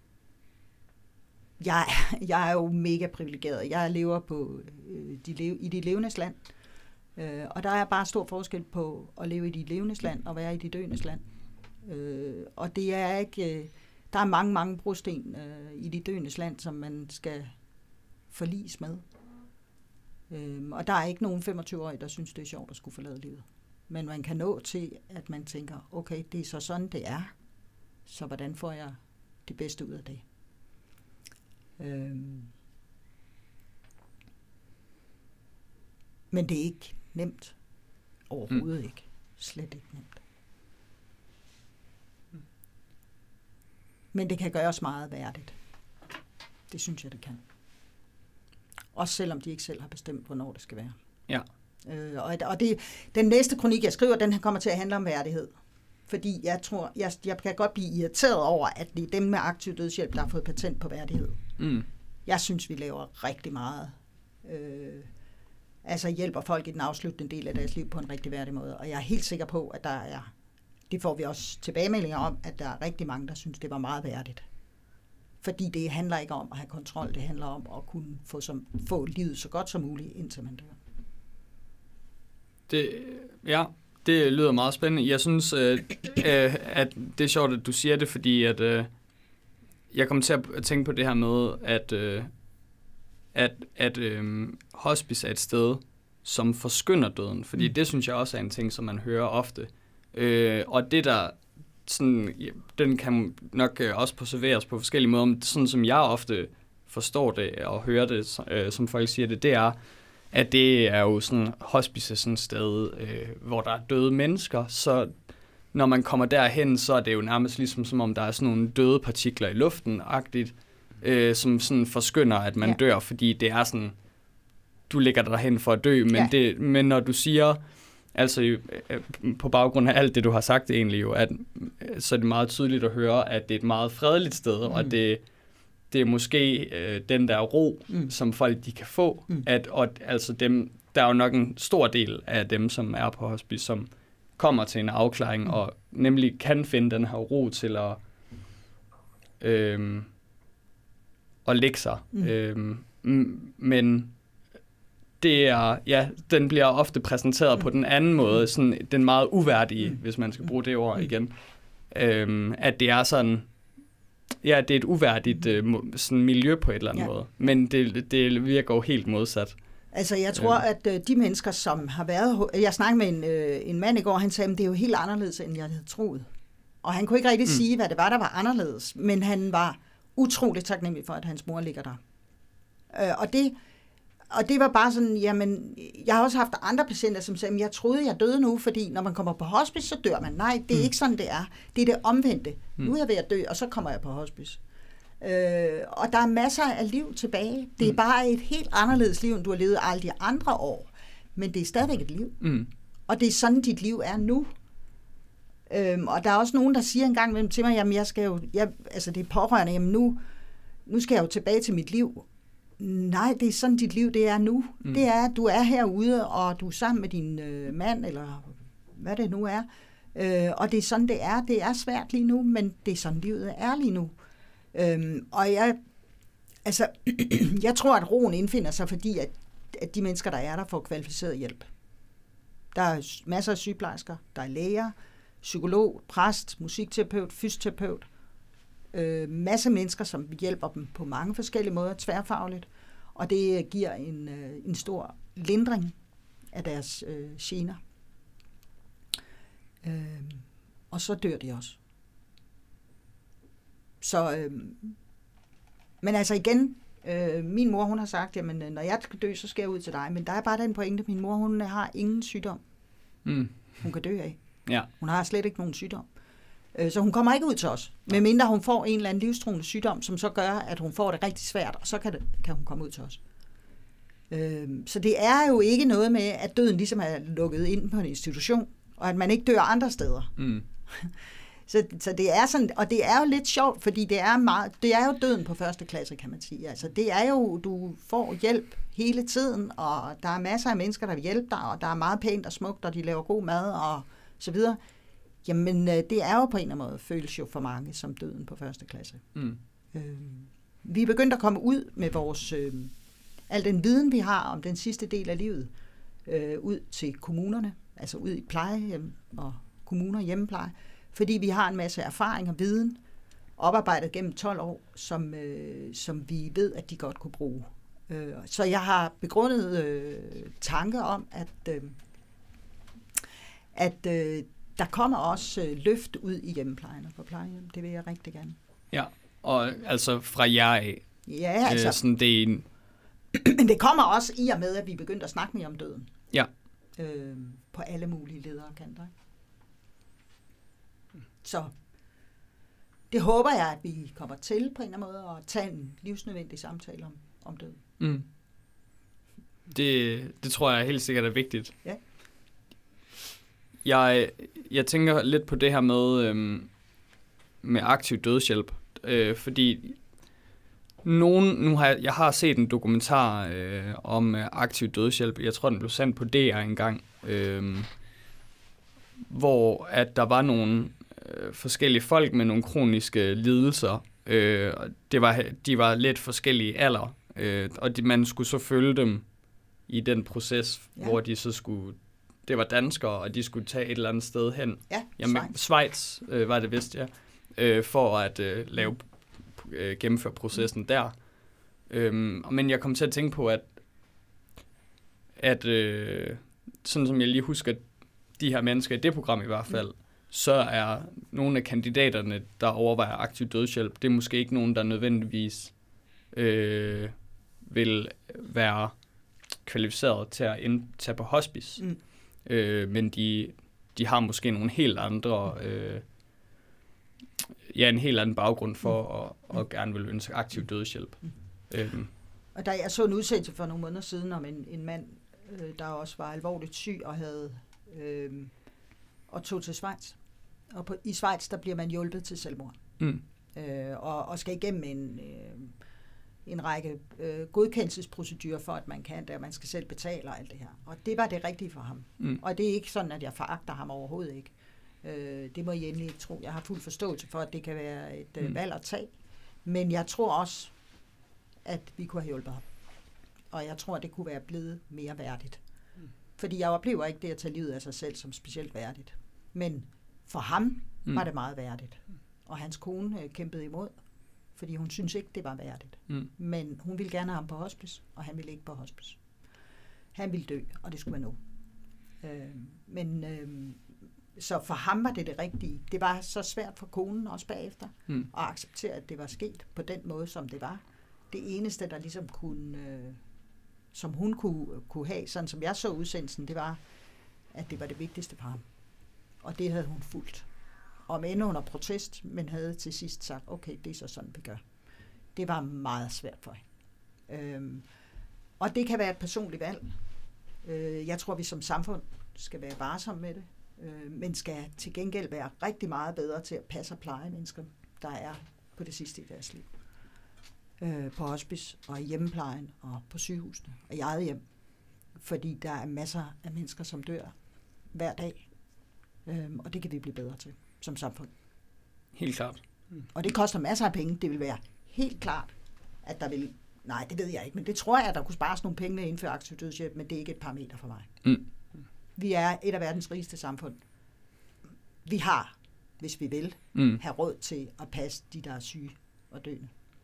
jeg, jeg er jo mega privilegeret. Jeg lever på øh, de lev, i de levendes land. Øh, og der er bare stor forskel på at leve i de levendes land og være i de døendes land. Øh, og det er ikke, øh, der er mange, mange brosten øh, i de døendes land, som man skal forliges med. Øhm, og der er ikke nogen femogtyve-årige, der synes, det er sjovt at skulle forlade livet. Men man kan nå til, at man tænker, okay, det er så sådan, det er. Så hvordan får jeg det bedste ud af det? Øhm. Men det er ikke nemt. Overhovedet mm. ikke. Slet ikke nemt. Mm. Men det kan gøres meget værdigt. Det synes jeg, det kan. Også selvom de ikke selv har bestemt, hvornår det skal være. Ja. Øh, og og det, den næste kronik, jeg skriver, den kommer til at handle om værdighed. Fordi jeg tror, jeg, jeg kan godt blive irriteret over, at det er dem med aktiv dødshjælp, der har fået patent på værdighed. Mm. Jeg synes, vi laver rigtig meget. Øh, altså hjælper folk i den afsluttende del af deres liv på en rigtig værdig måde. Og jeg er helt sikker på, at der er, det får vi også tilbagemeldinger om, at der er rigtig mange, der synes, det var meget værdigt. Fordi det handler ikke om at have kontrol, det handler om at kunne få, som, få livet så godt som muligt, indtil man dør. Det, ja, det lyder meget spændende. Jeg synes, øh, øh, at det er sjovt, at du siger det, fordi at, øh, jeg kommer til at tænke på det her med, at, øh, at, at øh, hospice er et sted, som forskynder døden. Fordi mm. det synes jeg også er en ting, som man hører ofte. Øh, og det der, sådan, den kan nok også perseveres på forskellige måder, men sådan som jeg ofte forstår det og hører det, øh, som folk siger det, det er, at det er jo sådan, hospice er sådan et sted, øh, hvor der er døde mennesker, så når man kommer derhen, så er det jo nærmest ligesom, som om der er sådan nogle døde partikler i luften-agtigt, øh, som sådan forskynder, at man ja. dør, fordi det er sådan, du ligger derhen for at dø, men, ja. det, men når du siger, altså øh, på baggrund af alt det, du har sagt egentlig jo, at, så er det meget tydeligt at høre, at det er et meget fredeligt sted, mm. og det det er måske øh, den der ro, mm. som folk de kan få, mm. at og, altså dem, der er jo nok en stor del af dem, som er på hospice, som kommer til en afklaring, mm. og nemlig kan finde den her ro til at øh, at lægge sig. Mm. Øh, men det er, ja, den bliver ofte præsenteret mm. på den anden måde, sådan den meget uværdige, mm. hvis man skal bruge det ord igen, øh, at det er sådan, ja, det er et uværdigt øh, sådan miljø på et eller andet ja. måde, men det, det virker jo helt modsat. Altså, jeg tror, øh. at øh, de mennesker, som har været... Jeg snakkede med en, øh, en mand i går, han sagde, at det er jo helt anderledes, end jeg havde troet. Og han kunne ikke rigtig mm. sige, hvad det var, der var anderledes, men han var utroligt taknemmelig for, at hans mor ligger der. Øh, og det... Og det var bare sådan, jamen, jeg har også haft andre patienter, som sagde, jeg troede, jeg døde nu, fordi når man kommer på hospice, så dør man. Nej, det er mm. ikke sådan, det er. Det er det omvendte. Mm. Nu er jeg ved at dø, og så kommer jeg på hospice. Øh, og der er masser af liv tilbage. Det er mm. bare et helt anderledes liv, end du har levet alle de andre år. Men det er stadigvæk et liv. Mm. Og det er sådan, dit liv er nu. Øhm, og der er også nogen, der siger en gang imellem til mig, jamen, jeg skal jo, jeg, altså det er pårørende, jamen nu, nu skal jeg jo tilbage til mit liv. Nej, det er sådan, dit liv det er nu. Mm. Det er, at du er herude, og du er sammen med din øh, mand, eller hvad det nu er. Øh, og det er sådan, det er. Det er svært lige nu, men det er sådan, livet er lige nu. Øhm, og jeg, altså, jeg tror, at roen indfinder sig, fordi at, at de mennesker, der er der, får kvalificeret hjælp. Der er masser af sygeplejersker, der er læger, psykolog, præst, musikterapeut, fysioterapeut. Øh, masse mennesker, som hjælper dem på mange forskellige måder, tværfagligt, og det giver en, øh, en stor lindring af deres øh, gener. Øh, og så dør de også. Så, øh, men altså igen, øh, min mor, hun har sagt, jamen når jeg skal dø, så skal jeg ud til dig, men der er bare den pointe, min mor, hun har ingen sygdom. Mm. Hun kan dø af. Ja. Hun har slet ikke nogen sygdom. Så hun kommer ikke ud til os, medmindre hun får en eller anden livstruende sygdom, som så gør, at hun får det rigtig svært, og så kan, det, kan hun komme ud til os. Så det er jo ikke noget med, at døden ligesom er lukket ind på en institution, og at man ikke dør andre steder. Mm. så, så det er sådan, og det er jo lidt sjovt, fordi det er, meget, det er jo døden på første klasse, kan man sige. Altså det er jo, du får hjælp hele tiden, og der er masser af mennesker, der vil hjælpe dig, og der er meget pænt og smukt, og de laver god mad, og så videre. Jamen, det er jo på en eller anden måde, føles jo for mange som døden på første klasse. Mm. Øh, vi er begyndt at komme ud med vores, øh, al den viden, vi har om den sidste del af livet, øh, ud til kommunerne, altså ud i plejehjem og kommuner, hjemmepleje, fordi vi har en masse erfaring og viden, oparbejdet gennem tolv år, som, øh, som vi ved, at de godt kunne bruge. Øh, så jeg har begrundet øh, tanker om, at, øh, at øh, der kommer også øh, løft ud i hjemmeplejen og på plejehjem. Det vil jeg rigtig gerne. Ja, og altså fra jer af. Ja, altså. Øh, sådan det er en... Men det kommer også i og med, at vi begyndte at snakke mere om døden. Ja. Øh, på alle mulige ledere og kanter. Så det håber jeg, at vi kommer til på en eller anden måde at tage en livsnødvendig samtale om, om døden. Mm. Det, det tror jeg helt sikkert er vigtigt. Ja. Jeg, jeg tænker lidt på det her med, øhm, med aktiv dødshjælp, øh, fordi nogen, nu har jeg, jeg har set en dokumentar øh, om øh, aktiv dødshjælp. Jeg tror, den blev sendt på D R engang, øh, hvor at der var nogle øh, forskellige folk med nogle kroniske lidelser. Øh, det var, de var lidt forskellige alder, øh, og de, man skulle så følge dem i den proces, ja. Hvor de så skulle... Det var danskere, og de skulle tage et eller andet sted hen. Ja, Jamen, Schweiz. Schweiz øh, var det vist, ja. Øh, for at øh, lave, øh, gennemføre processen der. Øhm, men jeg kom til at tænke på, at, at øh, sådan som jeg lige husker, de her mennesker i det program i hvert fald, mm. så er nogle af kandidaterne, der overvejer aktiv dødshjælp, det er måske ikke nogen, der nødvendigvis øh, vil være kvalificeret til at indtage på hospice. Mm. Øh, men de, de har måske nogle helt andre, øh, ja, en helt anden baggrund for at, at gerne vil ønske aktiv dødshjælp. Mm. Øhm. Og da jeg så en udsendelse for nogle måneder siden om en, en mand, øh, der også var alvorligt syg og havde øh, og tog til Schweiz. Og på, i Schweiz, der bliver man hjulpet til selvmord. Mm. Øh, og, og skal igennem en, øh, en række øh, godkendelsesprocedurer for, at man kan det, og man skal selv betale og alt det her. Og det var det rigtige for ham. Mm. Og det er ikke sådan, at jeg foragter ham overhovedet ikke. Øh, det må I endelig ikke tro. Jeg har fuld forståelse for, at det kan være et øh, valg at tage. Men jeg tror også, at vi kunne have hjulpet ham. Og jeg tror, at det kunne være blevet mere værdigt. Mm. Fordi jeg oplever ikke det at tage livet af sig selv som specielt værdigt. Men for ham mm. var det meget værdigt. Og hans kone øh, kæmpede imod, fordi hun synes ikke, det var værdigt. Mm. Men hun ville gerne have ham på hospice, og han ville ikke på hospice. Han ville dø, og det skulle være nu. Øh, men øh, så for ham var det det rigtige. Det var så svært for konen også bagefter mm. at acceptere, at det var sket på den måde, som det var. Det eneste, der ligesom kunne, øh, som hun kunne, kunne have, sådan som jeg så udsendelsen, det var, at det var det vigtigste for ham. Og det havde hun fulgt. Om end under protest, men havde til sidst sagt, okay, det er så sådan, vi gør. Det var meget svært for hende. Øhm, og det kan være et personligt valg. Øh, jeg tror, vi som samfund skal være varsomme med det, øh, men skal til gengæld være rigtig meget bedre til at passe og pleje mennesker, der er på det sidste i deres liv. Øh, på hospice og i hjemmeplejen og på sygehusene og i eget hjem. Fordi der er masser af mennesker, som dør hver dag. Øh, og det kan vi blive bedre til som samfund. Helt klart. Mm. Og det koster masser af penge. Det vil være helt klart, at der vil... Nej, det ved jeg ikke, men det tror jeg, at der kunne spares nogle penge med at indføre aktiv dødshjælp, men det er ikke et parameter for mig. Mm. Vi er et af verdens rigeste samfund. Vi har, hvis vi vil, mm. have råd til at passe de, der er syge og døende.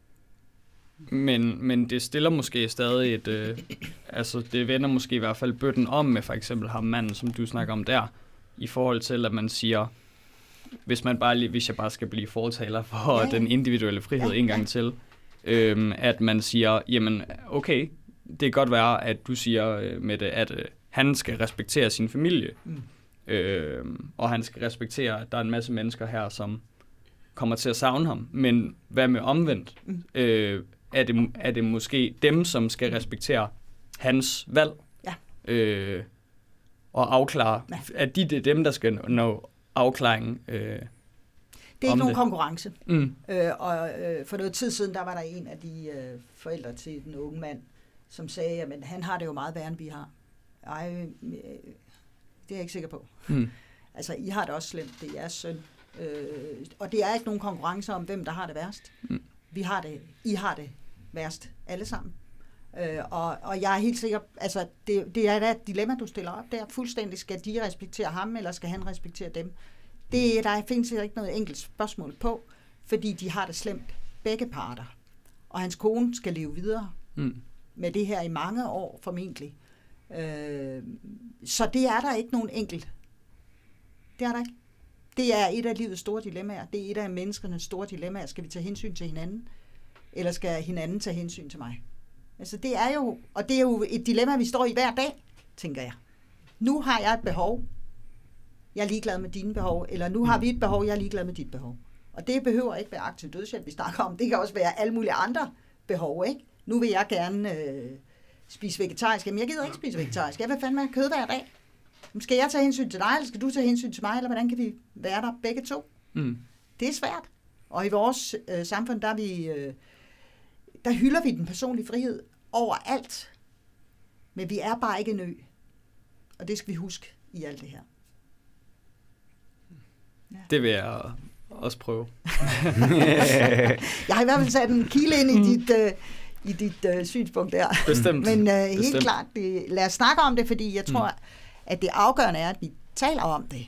Men, men det stiller måske stadig et... Øh, altså, det vender måske i hvert fald bøtten om med for eksempel ham manden, som du snakker om der, i forhold til, at man siger... Hvis, man bare, hvis jeg bare skal blive fortaler for ja, ja. den individuelle frihed ja, en gang ja. til, øhm, at man siger, jamen okay, det kan godt være, at du siger med det, at øh, han skal respektere sin familie, mm. øhm, og han skal respektere, at der er en masse mennesker her, som kommer til at savne ham, men hvad med omvendt? Mm. Øh, er, det, er det måske dem, som skal respektere hans valg? Ja. Øh, og afklare, ja. at de det er dem, der skal nå afklaringen. Øh, det er ikke nogen det. konkurrence. Mm. Øh, og øh, for noget tid siden, der var der en af de øh, forældre til den unge mand, som sagde, at han har det jo meget værre, end vi har. Ej, øh, det er jeg ikke sikker på. Mm. Altså, I har det også slemt. Det er jeres søn. Øh, og det er ikke nogen konkurrence om, hvem der har det værst. Mm. Vi har det. I har det værst. Alle sammen. Øh, og, og jeg er helt sikker, altså det, det er da et dilemma, du stiller op der. Fuldstændig, skal de respektere ham, eller skal han respektere dem? Det, der findes ikke noget enkelt spørgsmål på, fordi de har det slemt, begge parter. Og hans kone skal leve videre mm. med det her i mange år, formentlig. Øh, så det er der ikke nogen enkelt. Det er der ikke. Det er et af livets store dilemmaer. Det er et af menneskernes store dilemmaer. Skal vi tage hensyn til hinanden? Eller skal hinanden tage hensyn til mig? Altså det er jo, og det er jo et dilemma, vi står i hver dag, tænker jeg. Nu har jeg et behov. Jeg er ligeglad med dine behov. Eller nu har vi et behov, jeg er ligeglad med dit behov. Og det behøver ikke være aktiv dødshjælp, vi snakker om. Det kan også være alle mulige andre behov, ikke? Nu vil jeg gerne øh, spise vegetarisk. Jamen, jeg gider ikke spise vegetarisk. Jeg vil fandme have kød hver dag. Skal jeg tage hensyn til dig, eller skal du tage hensyn til mig, eller hvordan kan vi være der begge to? Mm. Det er svært. Og i vores øh, samfund, der, vi, øh, der hylder vi den personlige frihed overalt. Men vi er bare ikke en ø. Og det skal vi huske i alt det her. Ja. Det vil jeg også prøve. Jeg har i hvert fald sat en kile ind i dit, øh, i dit øh, synspunkt der. Bestemt. Men øh, helt Bestemt. klart, det, lad os snakke om det, fordi jeg tror, mm. at det afgørende er, at vi taler om det.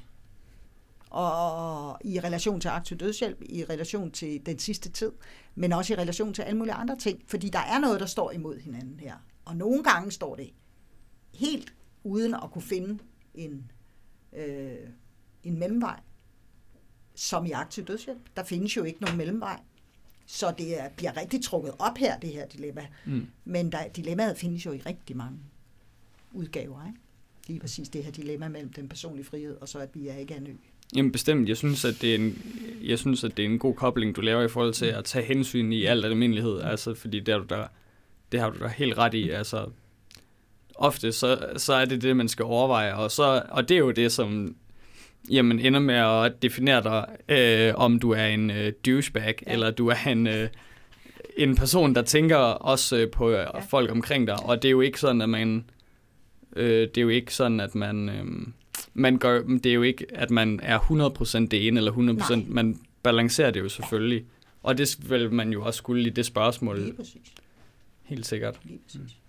Og i relation til aktiv dødshjælp, i relation til den sidste tid, men også i relation til alle mulige andre ting. Fordi der er noget, der står imod hinanden her. Og nogle gange står det helt uden at kunne finde en, øh, en mellemvej, som i aktiv dødshjælp. Der findes jo ikke nogen mellemvej. Så det er, bliver rigtig trukket op her, det her dilemma. Mm. Men der, dilemmaet findes jo i rigtig mange udgaver, ikke? Lige præcis det her dilemma mellem den personlige frihed, og så at vi er ikke er en ø. Jamen bestemt. Jeg synes, at det er en, jeg synes, at det er en god kobling, du laver i forhold til at tage hensyn i al almindelighed. Altså, fordi det, er du der, det har du da helt ret i. Altså, ofte så, så er det det, man skal overveje. Og, så, og det er jo det, som jamen, ender med at definere dig, øh, om du er en øh, douchebag, ja. Eller du er en, øh, en person, der tænker også øh, på øh, ja. folk omkring dig. Og det er jo ikke sådan, at man... Øh, det er jo ikke sådan, at man... Øh, man gør, det er jo ikke, at man er hundrede procent det ene, eller hundrede procent... Nej. Man balancerer det jo selvfølgelig. Og det vil man jo også skulle i det spørgsmål. Lige præcis. Helt sikkert. Lige præcis. Mm.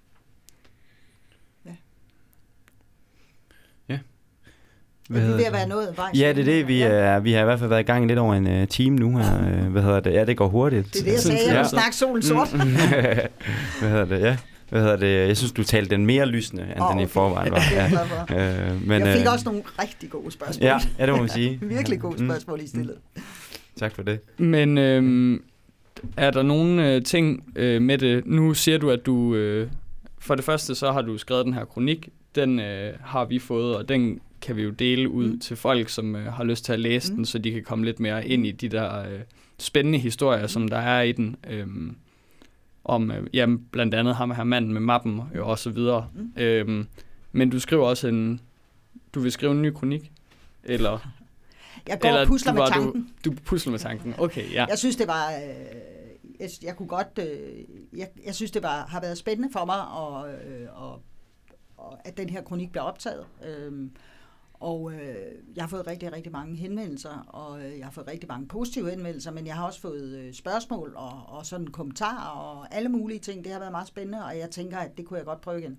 Ja. Ja. Hvad er vi ved at være noget vejs? Ja, det er det. Vi, er, vi har i hvert fald været i gang i lidt over en uh, time nu her. Uh, hvad hedder det? Ja, det går hurtigt. Det er det, jeg sagde. Jeg vil snakke solen sort. Hvad hedder det? Ja. Hvad hedder det? Jeg synes, du talte den mere lysende, end oh, okay. den i forvejen var. Ja. øh, men, jeg fik øh, også nogle rigtig gode spørgsmål. Ja, ja det må man sige. Virkelig gode spørgsmål i stillet. Mm. Tak for det. Men øh, er der nogle øh, ting øh, med det? Nu siger du, at du... Øh, for det første, så har du skrevet den her kronik. Den øh, har vi fået, og den kan vi jo dele ud mm. til folk, som øh, har lyst til at læse mm. den, så de kan komme lidt mere ind i de der øh, spændende historier, mm. som der er i den. Øh, om øh, jamen, blandt andet ham her manden med mappen øh, og så videre. Mm. Øhm, men du skriver også en... Du vil skrive en ny kronik? Eller... Jeg går og pusler med tanken. Du, du pusler med tanken, okay, ja. Jeg synes, det var... Øh, jeg, jeg kunne godt... Øh, jeg, jeg synes, det var, har været spændende for mig, og, øh, og, og at den her kronik bliver optaget. Øh, og øh, jeg har fået rigtig, rigtig mange henvendelser, og øh, jeg har fået rigtig mange positive henvendelser, men jeg har også fået øh, spørgsmål og, og sådan kommentarer og alle mulige ting. Det har været meget spændende, og jeg tænker, at det kunne jeg godt prøve igen.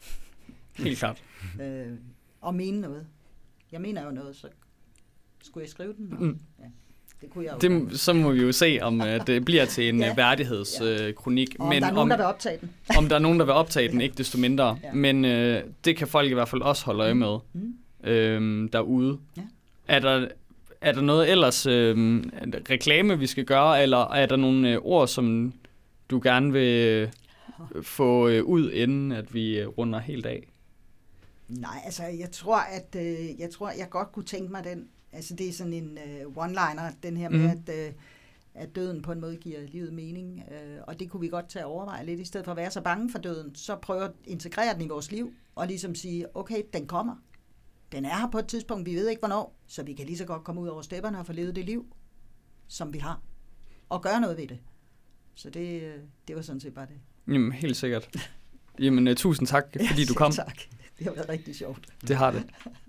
Helt klart. øh, og mene noget. Jeg mener jo noget, så skulle jeg skrive den? Mm. Ja, det kunne jeg jo. Det, så må vi jo se, om uh, det bliver til en ja. værdighedskronik. Ja. Uh, men om der er nogen, om, der vil optage den. Om der er nogen, der vil optage den, ikke desto mindre. Ja. Men uh, det kan folk i hvert fald også holde øje med. Mm. Øhm, derude. Ja. Er der er der noget ellers øhm, reklame vi skal gøre, eller er der nogle øh, ord som du gerne vil øh, få øh, ud inden at vi øh, runder helt af? Nej, altså jeg tror at øh, jeg tror jeg godt kunne tænke mig den. Altså det er sådan en øh, one-liner, den her med mm. at øh, at døden på en måde giver livet mening, øh, og det kunne vi godt tage at overveje lidt i stedet for at være så bange for døden, så prøve at integrere den i vores liv og ligesom sige, okay, den kommer. Den er her på et tidspunkt, vi ved ikke hvornår, så vi kan lige så godt komme ud over stepperne og få levet det liv, som vi har, og gøre noget ved det. Så det, det var sådan set bare det. Jamen, helt sikkert. Jamen, uh, tusind tak, fordi du kom. Tak. Det har været rigtig sjovt. Det har det.